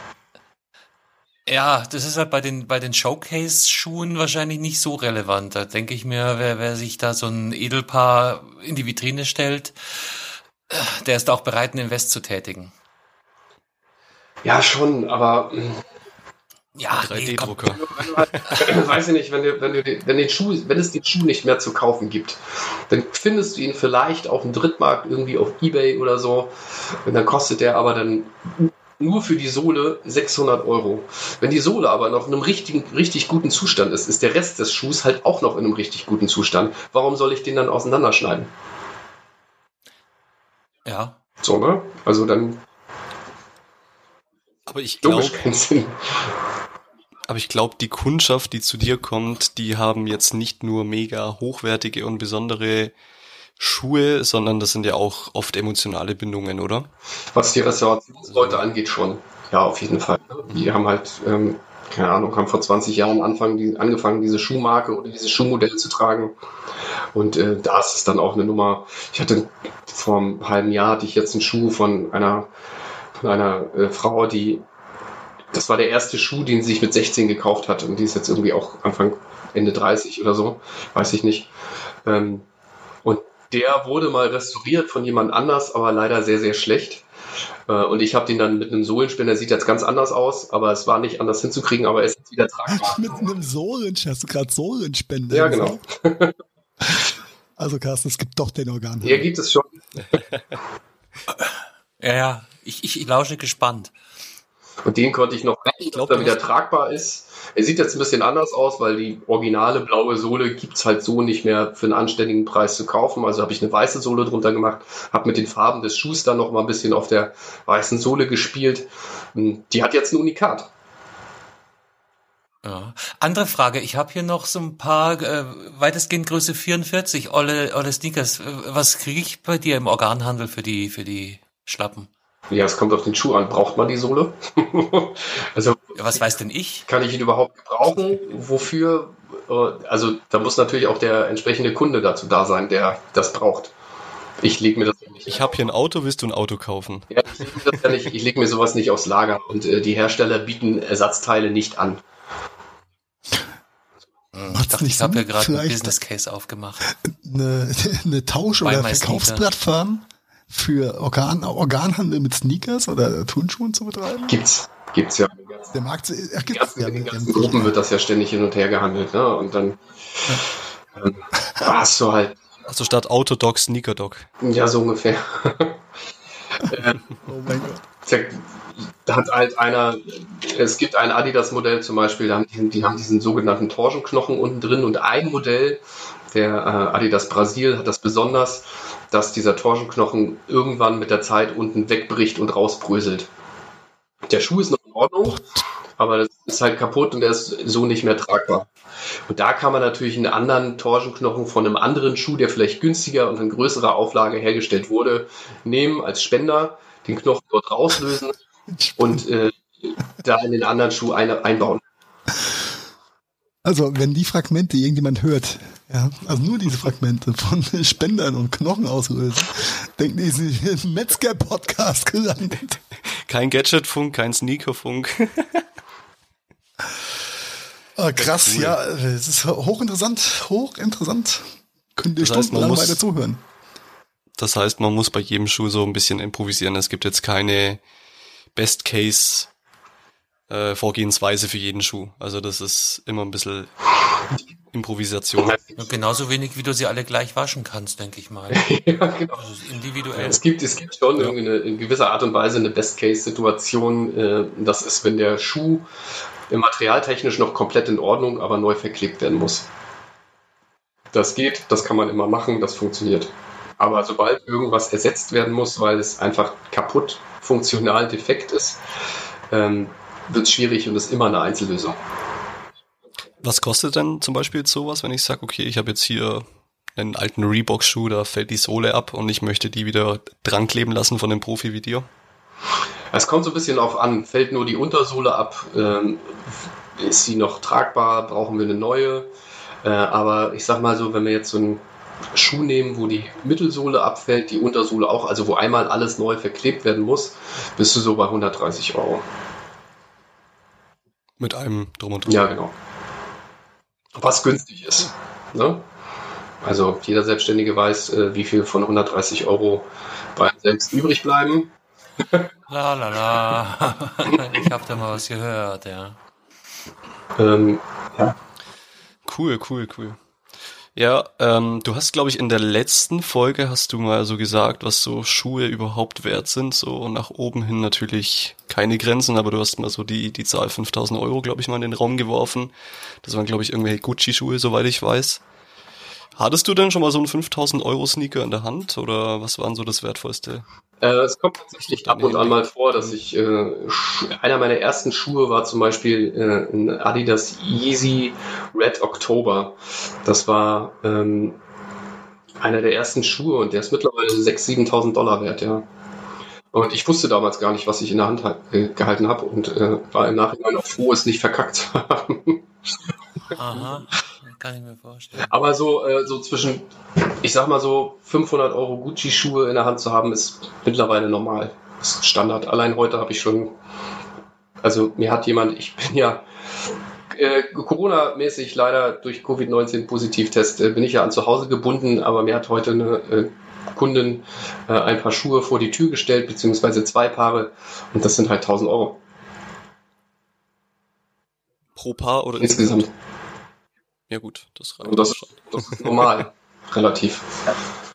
Ja, das ist halt bei den Showcase-Schuhen wahrscheinlich nicht so relevant. Da denke ich mir, wer sich da so ein Edelpaar in die Vitrine stellt, der ist auch bereit, einen Invest zu tätigen. Ja, schon, aber ja, 3D-Drucker. Weiß ich nicht, wenn es den Schuh nicht mehr zu kaufen gibt, dann findest du ihn vielleicht auf dem Drittmarkt irgendwie auf eBay oder so. Und dann kostet der aber dann nur für die Sohle 600 €. Wenn die Sohle aber noch in einem richtig guten Zustand ist, ist der Rest des Schuhs halt auch noch in einem richtig guten Zustand. Warum soll ich den dann auseinanderschneiden? Ja. So, ne? Also dann. Aber ich logisch keinen Sinn. Aber ich glaube, die Kundschaft, die zu dir kommt, die haben jetzt nicht nur mega hochwertige und besondere Schuhe, sondern das sind ja auch oft emotionale Bindungen, oder? Was die Restaurationsleute angeht, schon. Ja, auf jeden Fall. Die haben halt, keine Ahnung, haben vor 20 Jahren angefangen, diese Schuhmarke oder dieses Schuhmodell zu tragen. Und da ist es dann auch eine Nummer. Ich hatte vor einem halben Jahr hatte ich jetzt einen Schuh von einer Frau, das war der erste Schuh, den sie sich mit 16 gekauft hat. Und die ist jetzt irgendwie auch Ende 30 oder so, weiß ich nicht. Und der wurde mal restauriert von jemand anders, aber leider sehr, sehr schlecht. Und ich habe den dann mit einem Sohlenspender, sieht jetzt ganz anders aus, aber es war nicht anders hinzukriegen, aber er ist jetzt wieder tragbar. Mit einem Sohlenspender, hast du gerade Sohlenspender? Ja, genau. Also Carsten, es gibt doch den Organ. Ja, gibt es schon. Ja, ich lausche gespannt. Und den konnte ich noch Ich dass glaube, er wieder tragbar ist. Er sieht jetzt ein bisschen anders aus, weil die originale blaue Sohle gibt's halt so nicht mehr für einen anständigen Preis zu kaufen. Also habe ich eine weiße Sohle drunter gemacht, habe mit den Farben des Schuhs dann noch mal ein bisschen auf der weißen Sohle gespielt. Die hat jetzt ein Unikat. Ja. Andere Frage, ich habe hier noch so ein paar weitestgehend Größe 44 olle Sneakers. Was kriege ich bei dir im Organhandel für die Schlappen? Ja, es kommt auf den Schuh an. Braucht man die Sohle? Also Ja, was weiß denn ich? kann ich ihn überhaupt gebrauchen? Wofür? Also da muss natürlich auch der entsprechende Kunde dazu da sein, der das braucht. Ich lege mir das ja nicht. ich habe hier ein Auto, willst du ein Auto kaufen? Ja, ich lege mir das ja nicht. Ich lege mir sowas nicht aufs Lager und die Hersteller bieten Ersatzteile nicht an. Ich dachte, ich habe ja gerade einen vielleicht Business Case aufgemacht. eine Tausch- Bei oder My Verkaufsplattform für Organhandel mit Sneakers oder Turnschuhen zu betreiben? Gibt's ja. Der Markt gibt's In den ja. ganzen Gruppen wird das ja ständig hin und her gehandelt, ne? Und dann hast du halt, Also statt Autodoc, Sneakerdog. ja, so ungefähr. Oh mein Gott. Da hat halt einer, es gibt ein Adidas-Modell zum Beispiel, die haben diesen sogenannten Torschenknochen unten drin und ein Modell, der Adidas Brasil, hat das besonders, dass dieser Torschenknochen irgendwann mit der Zeit unten wegbricht und rausbröselt. Der Schuh ist noch in Ordnung, aber das ist halt kaputt und der ist so nicht mehr tragbar. Und da kann man natürlich einen anderen Torschenknochen von einem anderen Schuh, der vielleicht günstiger und in größerer Auflage hergestellt wurde, nehmen als Spender, den Knochen dort rauslösen und da in den anderen Schuh einbauen. Also, wenn die Fragmente irgendjemand hört, ja, also nur diese Fragmente von Spendern und Knochen auslösen, denken die, sie sind im Metzger-Podcast gelandet. Kein Gadgetfunk, kein Sneakerfunk. Ah, krass, Cool. ja, es ist hochinteressant. Könnt ihr Das heißt, stundenlang man muss- weiter zuhören. Das heißt, man muss bei jedem Schuh so ein bisschen improvisieren. Es gibt jetzt keine Best-Case Vorgehensweise für jeden Schuh. Also das ist immer ein bisschen Improvisation. Und genauso wenig, wie du sie alle gleich waschen kannst, denke ich mal. Ja, genau. Also individuell. Es gibt schon irgendwie in gewisser Art und Weise eine Best-Case-Situation. Das ist, wenn der Schuh materialtechnisch noch komplett in Ordnung, aber neu verklebt werden muss. Das geht, das kann man immer machen, das funktioniert. Aber sobald irgendwas ersetzt werden muss, weil es einfach kaputt, funktional defekt ist, wird es schwierig und ist immer eine Einzellösung. Was kostet denn zum Beispiel jetzt sowas, wenn ich sage, okay, ich habe jetzt hier einen alten Reebok-Schuh, da fällt die Sohle ab und ich möchte die wieder dran kleben lassen von dem Profi wie dir? Es kommt so ein bisschen auf an, fällt nur die Untersohle ab, ist sie noch tragbar, brauchen wir eine neue. Aber ich sag mal so, wenn wir jetzt so einen Schuh nehmen, wo die Mittelsohle abfällt, die Untersohle auch, also wo einmal alles neu verklebt werden muss, bist du so bei 130 €. Mit einem drum und dran. Ja, genau. Was günstig ist. Ne? Also jeder Selbstständige weiß, wie viel von 130 € bei einem selbst übrig bleiben. La la la. Ich hab da mal was gehört, ja. Ja. Cool. Ja, du hast, glaube ich, in der letzten Folge hast du mal so gesagt, was so Schuhe überhaupt wert sind, so nach oben hin natürlich keine Grenzen, aber du hast mal so die Zahl 5.000 €, glaube ich, mal in den Raum geworfen. Das waren, glaube ich, irgendwelche Gucci-Schuhe, soweit ich weiß. Hattest du denn schon mal so einen 5.000 € Sneaker in der Hand oder was waren so das Wertvollste? Es kommt tatsächlich ab und an mal vor, dass ich, einer meiner ersten Schuhe war zum Beispiel ein Adidas Yeezy Red October. Das war einer der ersten Schuhe und der ist mittlerweile 6.000, 7.000 $ wert, ja. Und ich wusste damals gar nicht, was ich in der Hand gehalten habe und war im Nachhinein auch froh, es nicht verkackt zu haben. Aha, kann ich mir vorstellen. Aber so zwischen, ich sag mal so, 500 € Gucci-Schuhe in der Hand zu haben, ist mittlerweile normal. Das ist Standard. Allein heute habe ich schon, also mir hat jemand, ich bin ja Corona-mäßig leider durch Covid-19 Positivtest, bin ich ja an zu Hause gebunden, aber mir hat heute eine Kundin ein paar Schuhe vor die Tür gestellt, beziehungsweise 2 Paare und das sind halt 1.000 € Pro Paar oder insgesamt. Ja gut, das reicht. Und das ist normal, relativ.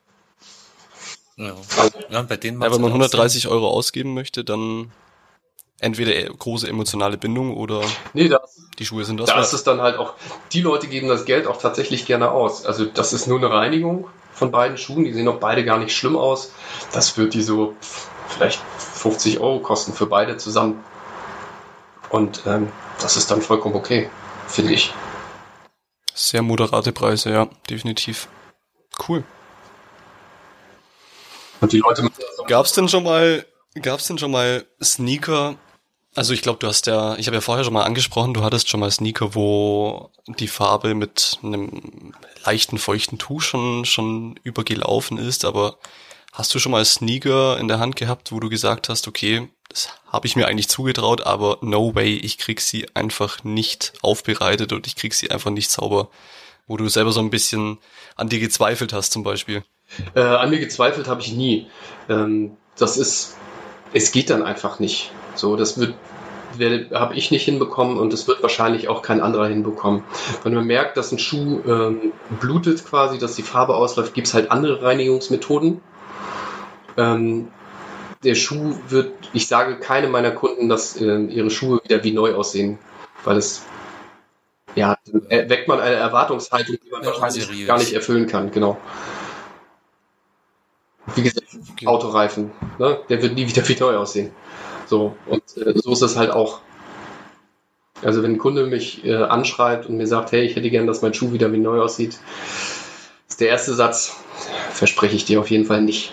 Ja. Also, Ja, und bei denen Ja, macht's wenn man halt auch 130 € ausgeben möchte, dann entweder große emotionale Bindung oder Nee, die Schuhe sind das da wert. ist es dann halt auch, die Leute geben das Geld auch tatsächlich gerne aus. Also das ist nur eine Reinigung von beiden Schuhen, die sehen auch beide gar nicht schlimm aus. Das wird die so vielleicht 50 Euro kosten für beide zusammen. Und das ist dann vollkommen okay, finde ich. Sehr moderate Preise, ja, definitiv. Cool. Und die Leute Gab's denn schon mal Sneaker? Also ich glaube, ich habe ja vorher schon mal angesprochen, du hattest schon mal Sneaker, wo die Farbe mit einem leichten, feuchten Tuch schon übergelaufen ist, aber hast du schon mal Sneaker in der Hand gehabt, wo du gesagt hast, okay, das habe ich mir eigentlich zugetraut, aber no way, ich krieg sie einfach nicht aufbereitet und ich krieg sie einfach nicht sauber, wo du selber so ein bisschen an dir gezweifelt hast zum Beispiel? An mir gezweifelt habe ich nie. Es geht dann einfach nicht. So, habe ich nicht hinbekommen und das wird wahrscheinlich auch kein anderer hinbekommen. Wenn man merkt, dass ein Schuh blutet quasi, dass die Farbe ausläuft, gibt es halt andere Reinigungsmethoden. Der Schuh ich sage keine meiner Kunden, dass ihre Schuhe wieder wie neu aussehen, weil weckt man eine Erwartungshaltung, die man wahrscheinlich unseriös. gar nicht erfüllen kann, genau. Wie gesagt, Okay. Autoreifen, ne? Der wird nie wieder wie neu aussehen. So, und so ist es halt auch. Also wenn ein Kunde mich anschreibt und mir sagt, hey, ich hätte gern, dass mein Schuh wieder wie neu aussieht, ist der erste Satz, verspreche ich dir auf jeden Fall nicht.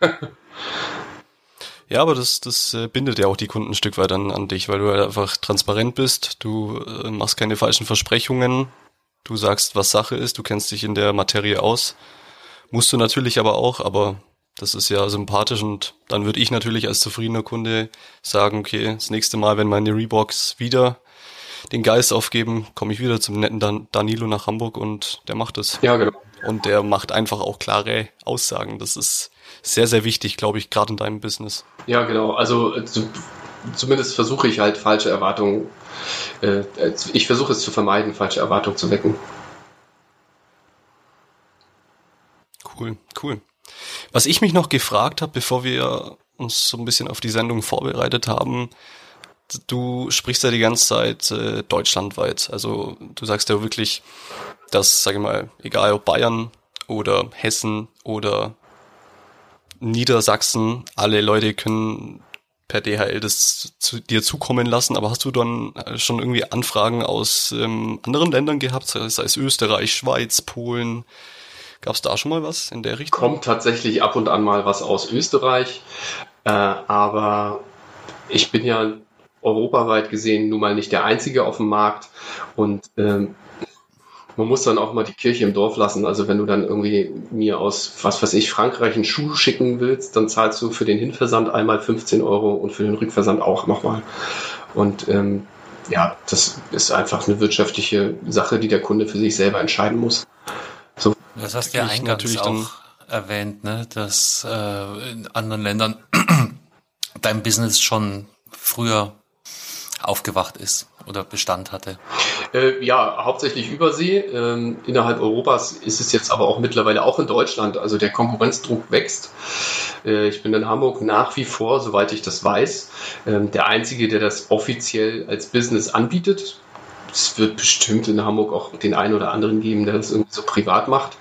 Ja, aber das bindet ja auch die Kunden ein Stück weit an dich, weil du halt einfach transparent bist, du machst keine falschen Versprechungen, du sagst, was Sache ist, du kennst dich in der Materie aus. Musst du natürlich aber auch, aber das ist ja sympathisch und dann würde ich natürlich als zufriedener Kunde sagen, okay, das nächste Mal, wenn meine Reeboks wieder den Geist aufgeben, komme ich wieder zum netten Danilo nach Hamburg und der macht es. Ja, genau. Und der macht einfach auch klare Aussagen. Das ist sehr, sehr wichtig, glaube ich, gerade in deinem Business. Ja, genau. Also zumindest versuche ich halt falsche Erwartungen. Ich versuche es zu vermeiden, falsche Erwartungen zu wecken. Cool. Was ich mich noch gefragt habe, bevor wir uns so ein bisschen auf die Sendung vorbereitet haben, du sprichst ja die ganze Zeit deutschlandweit. Also du sagst ja wirklich, dass, sage ich mal, egal ob Bayern oder Hessen oder Niedersachsen, alle Leute können per DHL das dir zukommen lassen. Aber hast du dann schon irgendwie Anfragen aus anderen Ländern gehabt, sei es Österreich, Schweiz, Polen? Gab es da schon mal was in der Richtung? Kommt tatsächlich ab und an mal was aus Österreich, aber ich bin ja europaweit gesehen nun mal nicht der Einzige auf dem Markt und man muss dann auch mal die Kirche im Dorf lassen. Also wenn du dann irgendwie mir aus, was weiß ich, Frankreich einen Schuh schicken willst, dann zahlst du für den Hinversand einmal 15 Euro und für den Rückversand auch nochmal. Und das ist einfach eine wirtschaftliche Sache, die der Kunde für sich selber entscheiden muss. Das hast du ja Ich eingangs natürlich auch erwähnt, ne, dass in anderen Ländern dein Business schon früher aufgewacht ist oder Bestand hatte. Hauptsächlich Übersee. Innerhalb Europas ist es jetzt aber auch mittlerweile auch in Deutschland. Also der Konkurrenzdruck wächst. Ich bin in Hamburg nach wie vor, soweit ich das weiß, der Einzige, der das offiziell als Business anbietet. Es wird bestimmt in Hamburg auch den einen oder anderen geben, der das irgendwie so privat macht.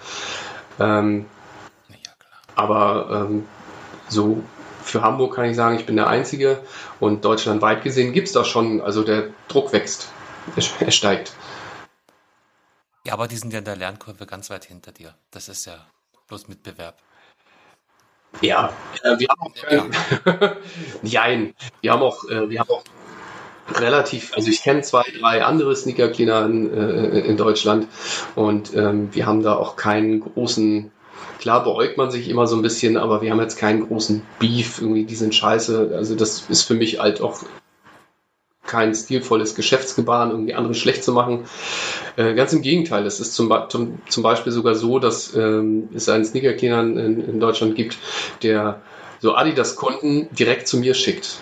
Aber so für Hamburg kann ich sagen, ich bin der Einzige und deutschlandweit gesehen gibt es das schon, also der Druck wächst, er steigt. Ja, aber die sind ja in der Lernkurve ganz weit hinter dir. Das ist ja bloß Mitbewerb. Ja, wir haben auch Jein, wir haben auch relativ, also ich kenne 2, 3 andere Sneaker-Cleaner in Deutschland und wir haben da auch keinen großen, klar beäugt man sich immer so ein bisschen, aber wir haben jetzt keinen großen Beef, irgendwie die sind scheiße, also das ist für mich halt auch kein stilvolles Geschäftsgebaren, irgendwie andere schlecht zu machen. Ganz im Gegenteil, es ist zum Beispiel sogar so, dass es einen Sneaker-Cleaner in Deutschland gibt, der so Adidas-Kunden direkt zu mir schickt.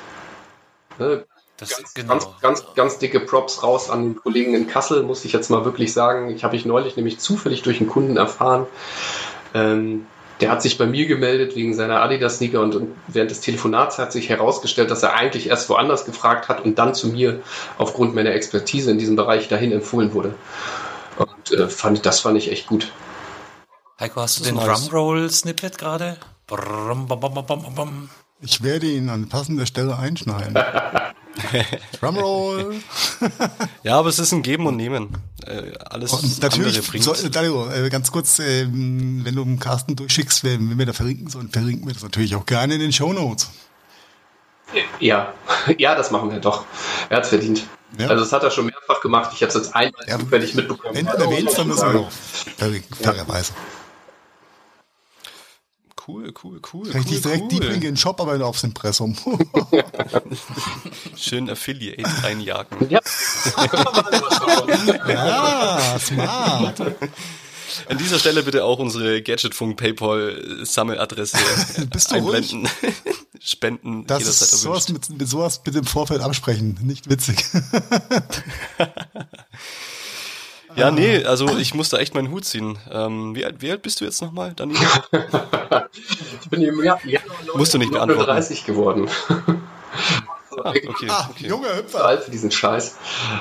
Ganz dicke Props raus an den Kollegen in Kassel, muss ich jetzt mal wirklich sagen. Habe ich neulich nämlich zufällig durch einen Kunden erfahren. der hat sich bei mir gemeldet wegen seiner Adidas-Sneaker und während des Telefonats hat sich herausgestellt, dass er eigentlich erst woanders gefragt hat und dann zu mir aufgrund meiner Expertise in diesem Bereich dahin empfohlen wurde. Und das fand ich echt gut. Heiko, hast du den Drumroll-Snippet gerade? Ich werde ihn an passender Stelle einschneiden. Drumroll. Ja, aber es ist ein Geben und Nehmen. Alles und natürlich, bringt. Dario, ganz kurz, wenn du einen Carsten durchschickst, wenn wir da verlinken sollen, verlinken wir das natürlich auch gerne in den Shownotes. Ja, das machen wir doch. Er hat es verdient. Ja. Also das hat er schon mehrfach gemacht. Ich habe es jetzt einmal zufällig mitbekommen. Wenn du erwähnst, dann müssen wir auch verlinken, fairerweise. Cool. Kann ich dich direkt deep in den Shop, aber aufs Impressum. Schön Affiliate reinjagen. Ja. Ja, smart. An dieser Stelle bitte auch unsere Gadgetfunk PayPal Sammeladresse einblenden. Spenden. Das ist sowas mit sowas bitte im Vorfeld absprechen. Nicht witzig. Ja, nee, also ich muss da echt meinen Hut ziehen. Wie alt bist du jetzt nochmal, Danilo? Ich bin im Januar musst du nicht beantworten. 30 geworden. Okay. Junge Hüpfer. Alt für diesen Scheiß.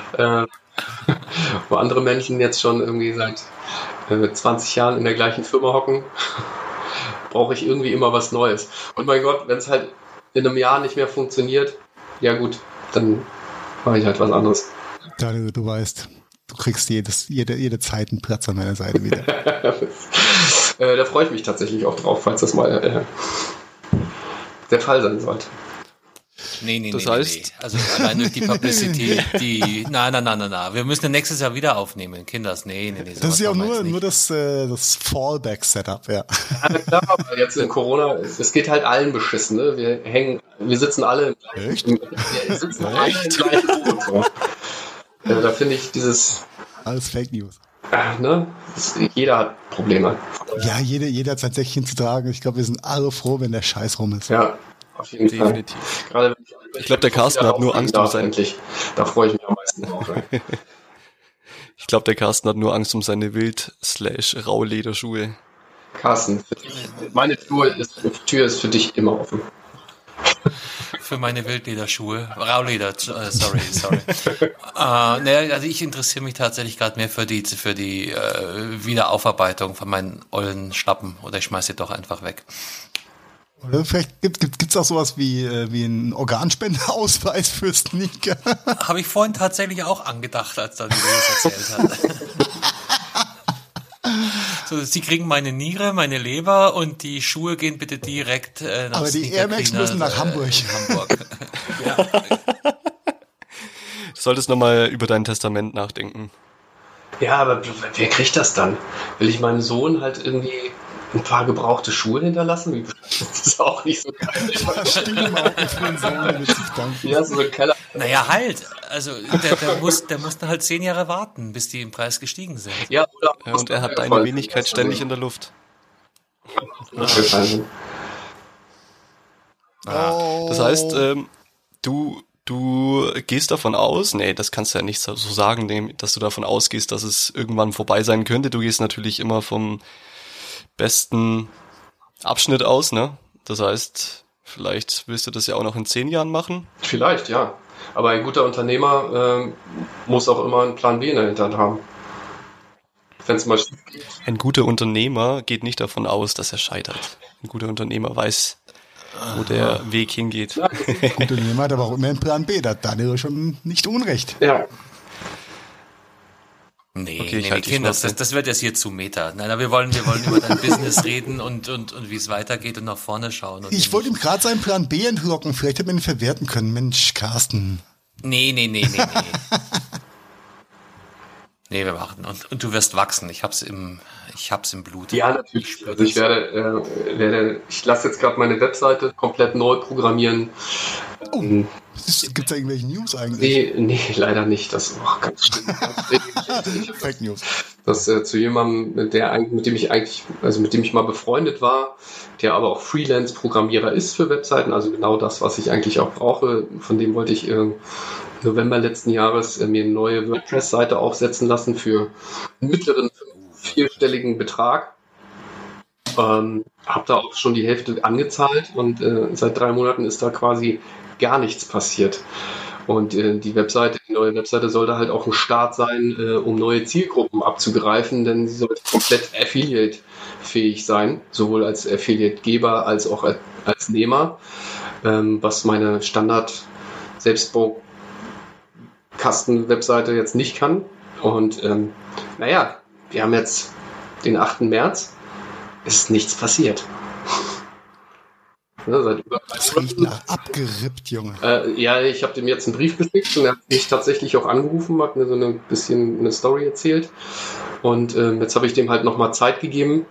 Wo andere Menschen jetzt schon irgendwie seit 20 Jahren in der gleichen Firma hocken, brauche ich irgendwie immer was Neues. Und mein Gott, wenn es halt in einem Jahr nicht mehr funktioniert, ja gut, dann mache ich halt was anderes. Daniel, du weißt, du kriegst jede Zeit einen Platz an meiner Seite wieder. Da freue ich mich tatsächlich auch drauf, falls das mal der Fall sein sollte. Nee. Also allein durch die Publicity, nein. Wir müssen nächstes Jahr wieder aufnehmen. Kinders, nee. Das ist ja auch nur das Fallback-Setup, ja. Ja, klar, aber jetzt in Corona, es geht halt allen beschissen, ne? Wir sitzen alle im gleichen Boot. Da finde ich dieses... Alles Fake News. Ne? Jeder hat Probleme. Ja, jeder hat sein Säckchen zu tragen. Ich glaube, wir sind alle froh, wenn der Scheiß rum ist. Ja, auf jeden Definitiv. Fall. Gerade wenn ich glaube, der Carsten hat nur Angst um seine... Da freue ich mich am meisten drauf. Ich glaube, der Carsten hat nur Angst um seine Wild/Raulederschuhe. Carsten, meine Tür ist für dich immer offen. Für meine Wildlederschuhe. Rauleder, sorry. Also ich interessiere mich tatsächlich gerade mehr für die Wiederaufarbeitung von meinen ollen Schlappen. Oder ich schmeiße sie doch einfach weg. Oder vielleicht gibt's auch sowas wie einen Organspendeausweis für Sneaker. Habe ich vorhin tatsächlich auch angedacht, als dann das erzählt hat. So, sie kriegen meine Niere, meine Leber und die Schuhe gehen bitte direkt nach Aber die Air Max müssen nach Hamburg. Ja. Du solltest nochmal über dein Testament nachdenken. Ja, aber wer kriegt das dann? Will ich meinem Sohn halt irgendwie ein paar gebrauchte Schuhe hinterlassen? Das ist auch nicht so geil. Das stimmt auch nicht für den Sohn, mit sich danken. Ja, so ein Keller. Naja, halt. Also der musste halt 10 Jahre warten, bis die im Preis gestiegen sind. Ja, und er hat deine Wenigkeit ständig in der Luft. Das heißt, du gehst davon aus, nee, das kannst du ja nicht so sagen, dass du davon ausgehst, dass es irgendwann vorbei sein könnte. Du gehst natürlich immer vom besten Abschnitt aus, ne? Das heißt, vielleicht willst du das ja auch noch in 10 Jahren machen. Vielleicht, ja. Aber ein guter Unternehmer muss auch immer einen Plan B in der Hinterhand haben. Wenn es mal schief geht. Ein guter Unternehmer geht nicht davon aus, dass er scheitert. Ein guter Unternehmer weiß, wo der Weg hingeht. Ja, ein guter Unternehmer hat aber auch immer einen Plan B. Da hat Daniel schon nicht unrecht. Ja. Nee, Kinder, das wird jetzt hier zu Meta. Nein, wir wollen über dein Business reden und wie es weitergeht und nach vorne schauen. Und ich wollte ihm gerade seinen Plan B entlocken. Vielleicht hätte man ihn verwerten können. Mensch, Carsten. Nee. Nee, wir machen. Und du wirst wachsen. Ich hab's im Blut. Ja, natürlich. Also ich ich lasse jetzt gerade meine Webseite komplett neu programmieren. Oh, gibt es da irgendwelche News eigentlich? Nee, leider nicht. Das ist auch ganz schlimm. Fake News. Das zu jemandem, mit dem ich mal befreundet war, der aber auch Freelance-Programmierer ist für Webseiten, also genau das, was ich eigentlich auch brauche. Von dem wollte ich November letzten Jahres mir eine neue WordPress-Seite aufsetzen lassen für einen mittleren 4-stelligen Betrag. Habe da auch schon die Hälfte angezahlt und seit 3 Monaten ist da quasi gar nichts passiert. Und die neue Webseite sollte halt auch ein Start sein, um neue Zielgruppen abzugreifen, denn sie sollte komplett Affiliate-fähig sein, sowohl als Affiliate-Geber als auch als Nehmer, was meine Standard-Selbstbaukasten-Webseite jetzt nicht kann. Und wir haben jetzt den 8. März, ist nichts passiert. Ja, seit über Das riecht nach abgerippt, Junge. ich habe dem jetzt einen Brief geschickt und er hat mich tatsächlich auch angerufen, hat mir so ein bisschen eine Story erzählt. Und jetzt habe ich dem halt nochmal Zeit gegeben.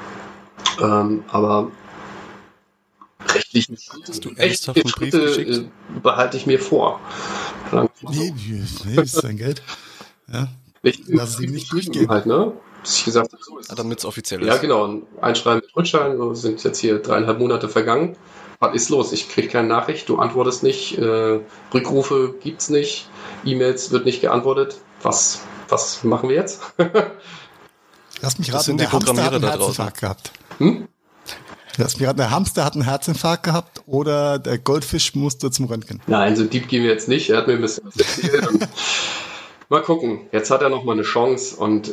Aber rechtliche Schritte behalte ich mir vor. Nee, ist dein Geld. Ja. Lass es ihm nicht durchgehen. Halt, ne? Dass ich gesagt habe, so ist es. Damit es offiziell ist. Ja, genau. Ein Einschreiben mit Rückschein. So sind jetzt hier 3,5 Monate vergangen. Was ist los? Ich kriege keine Nachricht, du antwortest nicht. Rückrufe gibt's nicht. E-Mails wird nicht geantwortet. Was machen wir jetzt? Lass mich Das raten, sind die der Hamster hat Programmierer einen da draußen. Herzinfarkt gehabt. Lass mich raten, der Hamster hat einen Herzinfarkt gehabt oder der Goldfisch musste zum Röntgen. Nein, so deep gehen wir jetzt nicht. Er hat mir ein bisschen was erzählt. Und mal gucken. Jetzt hat er noch mal eine Chance und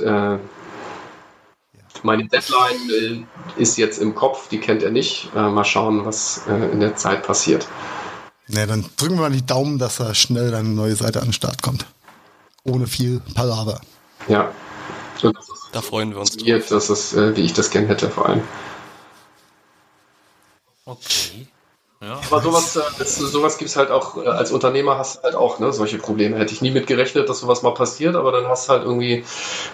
meine Deadline ist jetzt im Kopf. Die kennt er nicht. Mal schauen, was in der Zeit passiert. Na, dann drücken wir mal die Daumen, dass da schnell eine neue Seite an den Start kommt. Ohne viel Palaver. Ja. Und dass es Da freuen wir uns drauf. funktioniert, dass es, wie ich das gern hätte, vor allem. Okay. Ja. Aber sowas gibt es halt auch, als Unternehmer hast du halt auch, ne, solche Probleme. Hätte ich nie mit gerechnet, dass sowas mal passiert, aber dann hast du halt irgendwie,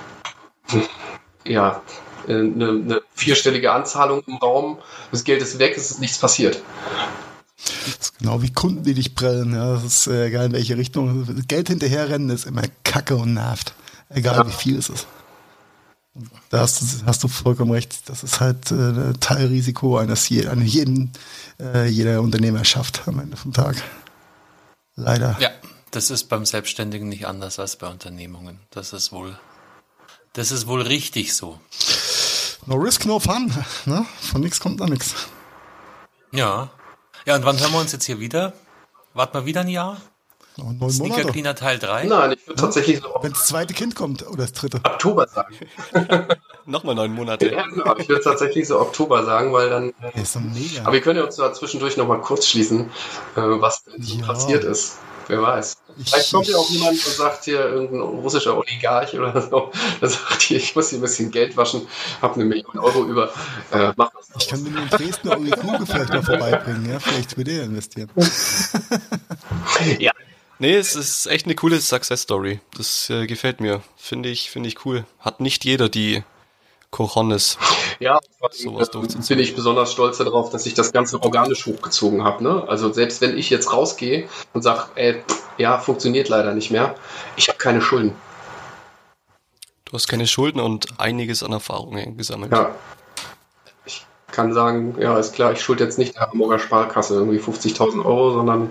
eine 4-stellige Anzahlung im Raum, das Geld ist weg, es ist nichts passiert. Das ist genau wie Kunden, die dich prellen. Ja, das ist egal in welche Richtung. Geld hinterherrennen ist immer Kacke und nervt. Egal wie viel es ist. Da hast du vollkommen recht. Das ist halt Teilrisiko eines jeder Unternehmer schafft am Ende vom Tag. Leider. Ja, das ist beim Selbstständigen nicht anders als bei Unternehmungen. Das ist wohl richtig so. No risk, no fun. Ne? Von nichts kommt noch nichts. Ja. Ja, und wann hören wir uns jetzt hier wieder? Warten wir wieder ein Jahr? Noch 9 Sneaker Monate. Cleaner Teil 3? Nein, ich würde tatsächlich so Wenn das zweite Kind kommt oder das dritte. Oktober sagen. Nochmal 9 Monate. Ja, genau. Ich würde tatsächlich so Oktober sagen, weil dann. Der ist so mega. Aber wir können ja uns da zwischendurch nochmal kurz schließen, was denn so passiert ist. Wer weiß. Vielleicht kommt ja auch jemand und sagt hier, irgendein russischer Oligarch oder so, der sagt hier, ich muss hier ein bisschen Geld waschen, habe 1 Million Euro über, mach das. Ich kann mir nur in Dresden Uli Kluge vielleicht mal vorbeibringen. Ja? Vielleicht will der investieren. Ja. Nee, es ist echt eine coole Success-Story. Das gefällt mir. Finde ich cool. Hat nicht jeder die Cojones. Ja, Sowas durchzuziehen. bin ich besonders stolz darauf, dass ich das Ganze organisch hochgezogen habe. Ne? Also selbst wenn ich jetzt rausgehe und sage, funktioniert leider nicht mehr, ich habe keine Schulden. Du hast keine Schulden und einiges an Erfahrungen gesammelt. Ja. Ich kann sagen, ja, ist klar, ich schulde jetzt nicht der Hamburger Sparkasse irgendwie 50.000 Euro, sondern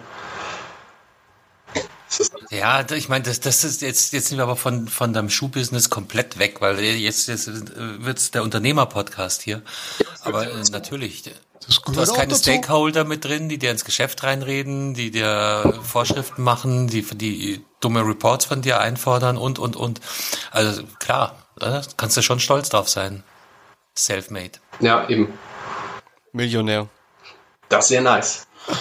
Ja, ich meine, das ist jetzt sind wir aber von deinem Schuhbusiness komplett weg, weil jetzt wird's der Unternehmer-Podcast hier. Aber natürlich, du hast keine Stakeholder mit drin, die dir ins Geschäft reinreden, die dir Vorschriften machen, die dumme Reports von dir einfordern und. Also klar, kannst du schon stolz drauf sein. Selfmade. ja, eben. Millionär. Das wäre nice.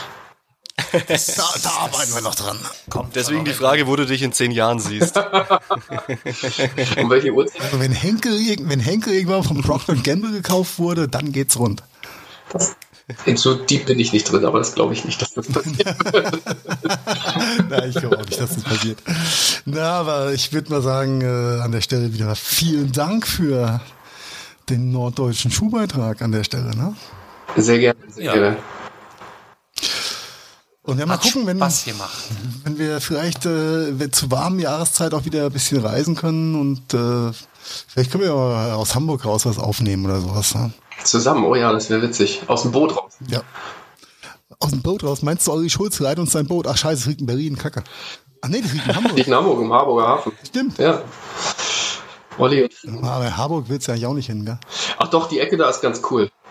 Da arbeiten wir noch dran. Deswegen die Frage, wo du dich in 10 Jahren siehst. Um welche Uhrzeit? Also wenn Henkel irgendwann von Procter & Gamble gekauft wurde, dann geht's rund. So deep bin ich nicht drin, aber das glaube ich nicht, dass das passiert. Nein, ich glaube auch nicht, dass das passiert. Na, aber ich würde mal sagen, an der Stelle wieder vielen Dank für den norddeutschen Schuhbeitrag an der Stelle. Ne? Sehr gerne, sehr gerne. Und ja, mal gucken, wenn wir vielleicht zur warmen Jahreszeit auch wieder ein bisschen reisen können und vielleicht können wir ja aus Hamburg raus was aufnehmen oder sowas. Ne? Zusammen, oh ja, das wäre witzig. Aus dem Boot raus. Ja. Aus dem Boot raus. Meinst du, Olli Schulz leiht uns sein Boot? Ach scheiße, es liegt in Berlin, Kacke. Ach nee, das liegt in Hamburg. Liegt in Hamburg, im Harburger Hafen. Stimmt. Ja. Olli. Aber in Harburg willst du ja eigentlich auch nicht hin, gell? Ach doch, die Ecke da ist ganz cool.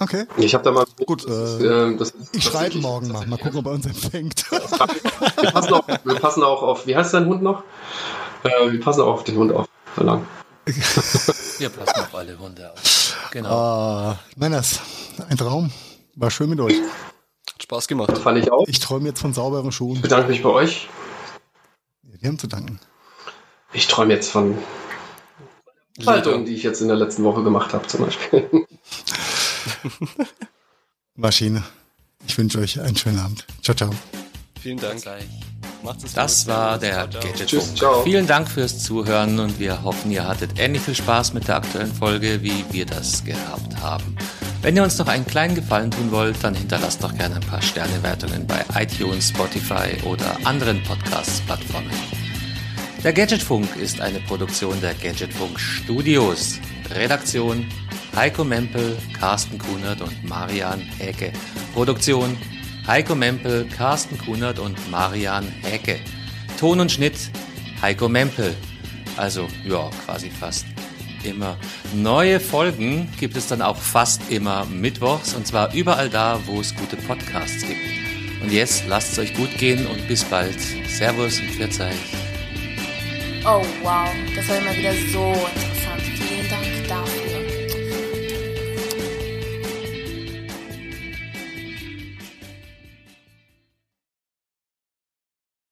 Okay. Ich habe da mal... Gut, ich schreibe morgen mal gucken, ob er uns empfängt. Wir passen auch auf, wie heißt dein Hund noch? Wir passen auch auf den Hund auf. So lang. Wir passen auf alle Hunde auf. Genau. Männers, ein Traum. War schön mit euch. Hat Spaß gemacht. Das fand ich auch. Ich träume jetzt von sauberen Schuhen. Ich bedanke mich bei euch. Wir haben zu danken. Ich träume jetzt von Haltungen, die ich jetzt in der letzten Woche gemacht habe, zum Beispiel. Maschine. Ich wünsche euch einen schönen Abend. Ciao, ciao. Vielen Dank. Macht's es Das gut. war der Ciao, ciao. Gadget Tschüss, Funk. ciao. Vielen Dank fürs Zuhören und wir hoffen, ihr hattet ähnlich viel Spaß mit der aktuellen Folge, wie wir das gehabt haben. Wenn ihr uns noch einen kleinen Gefallen tun wollt, dann hinterlasst doch gerne ein paar Sternewertungen bei iTunes, Spotify oder anderen Podcast-Plattformen. Der Gadgetfunk ist eine Produktion der Gadgetfunk Studios. Redaktion Heiko Mempel, Carsten Kunert und Marian Häke. Produktion Heiko Mempel, Carsten Kunert und Marian Häke. Ton und Schnitt Heiko Mempel. Also, ja, quasi fast immer. Neue Folgen gibt es dann auch fast immer mittwochs und zwar überall da, wo es gute Podcasts gibt. Und jetzt lasst es euch gut gehen und bis bald. Servus und Pfiat euch. Oh wow, das war immer wieder so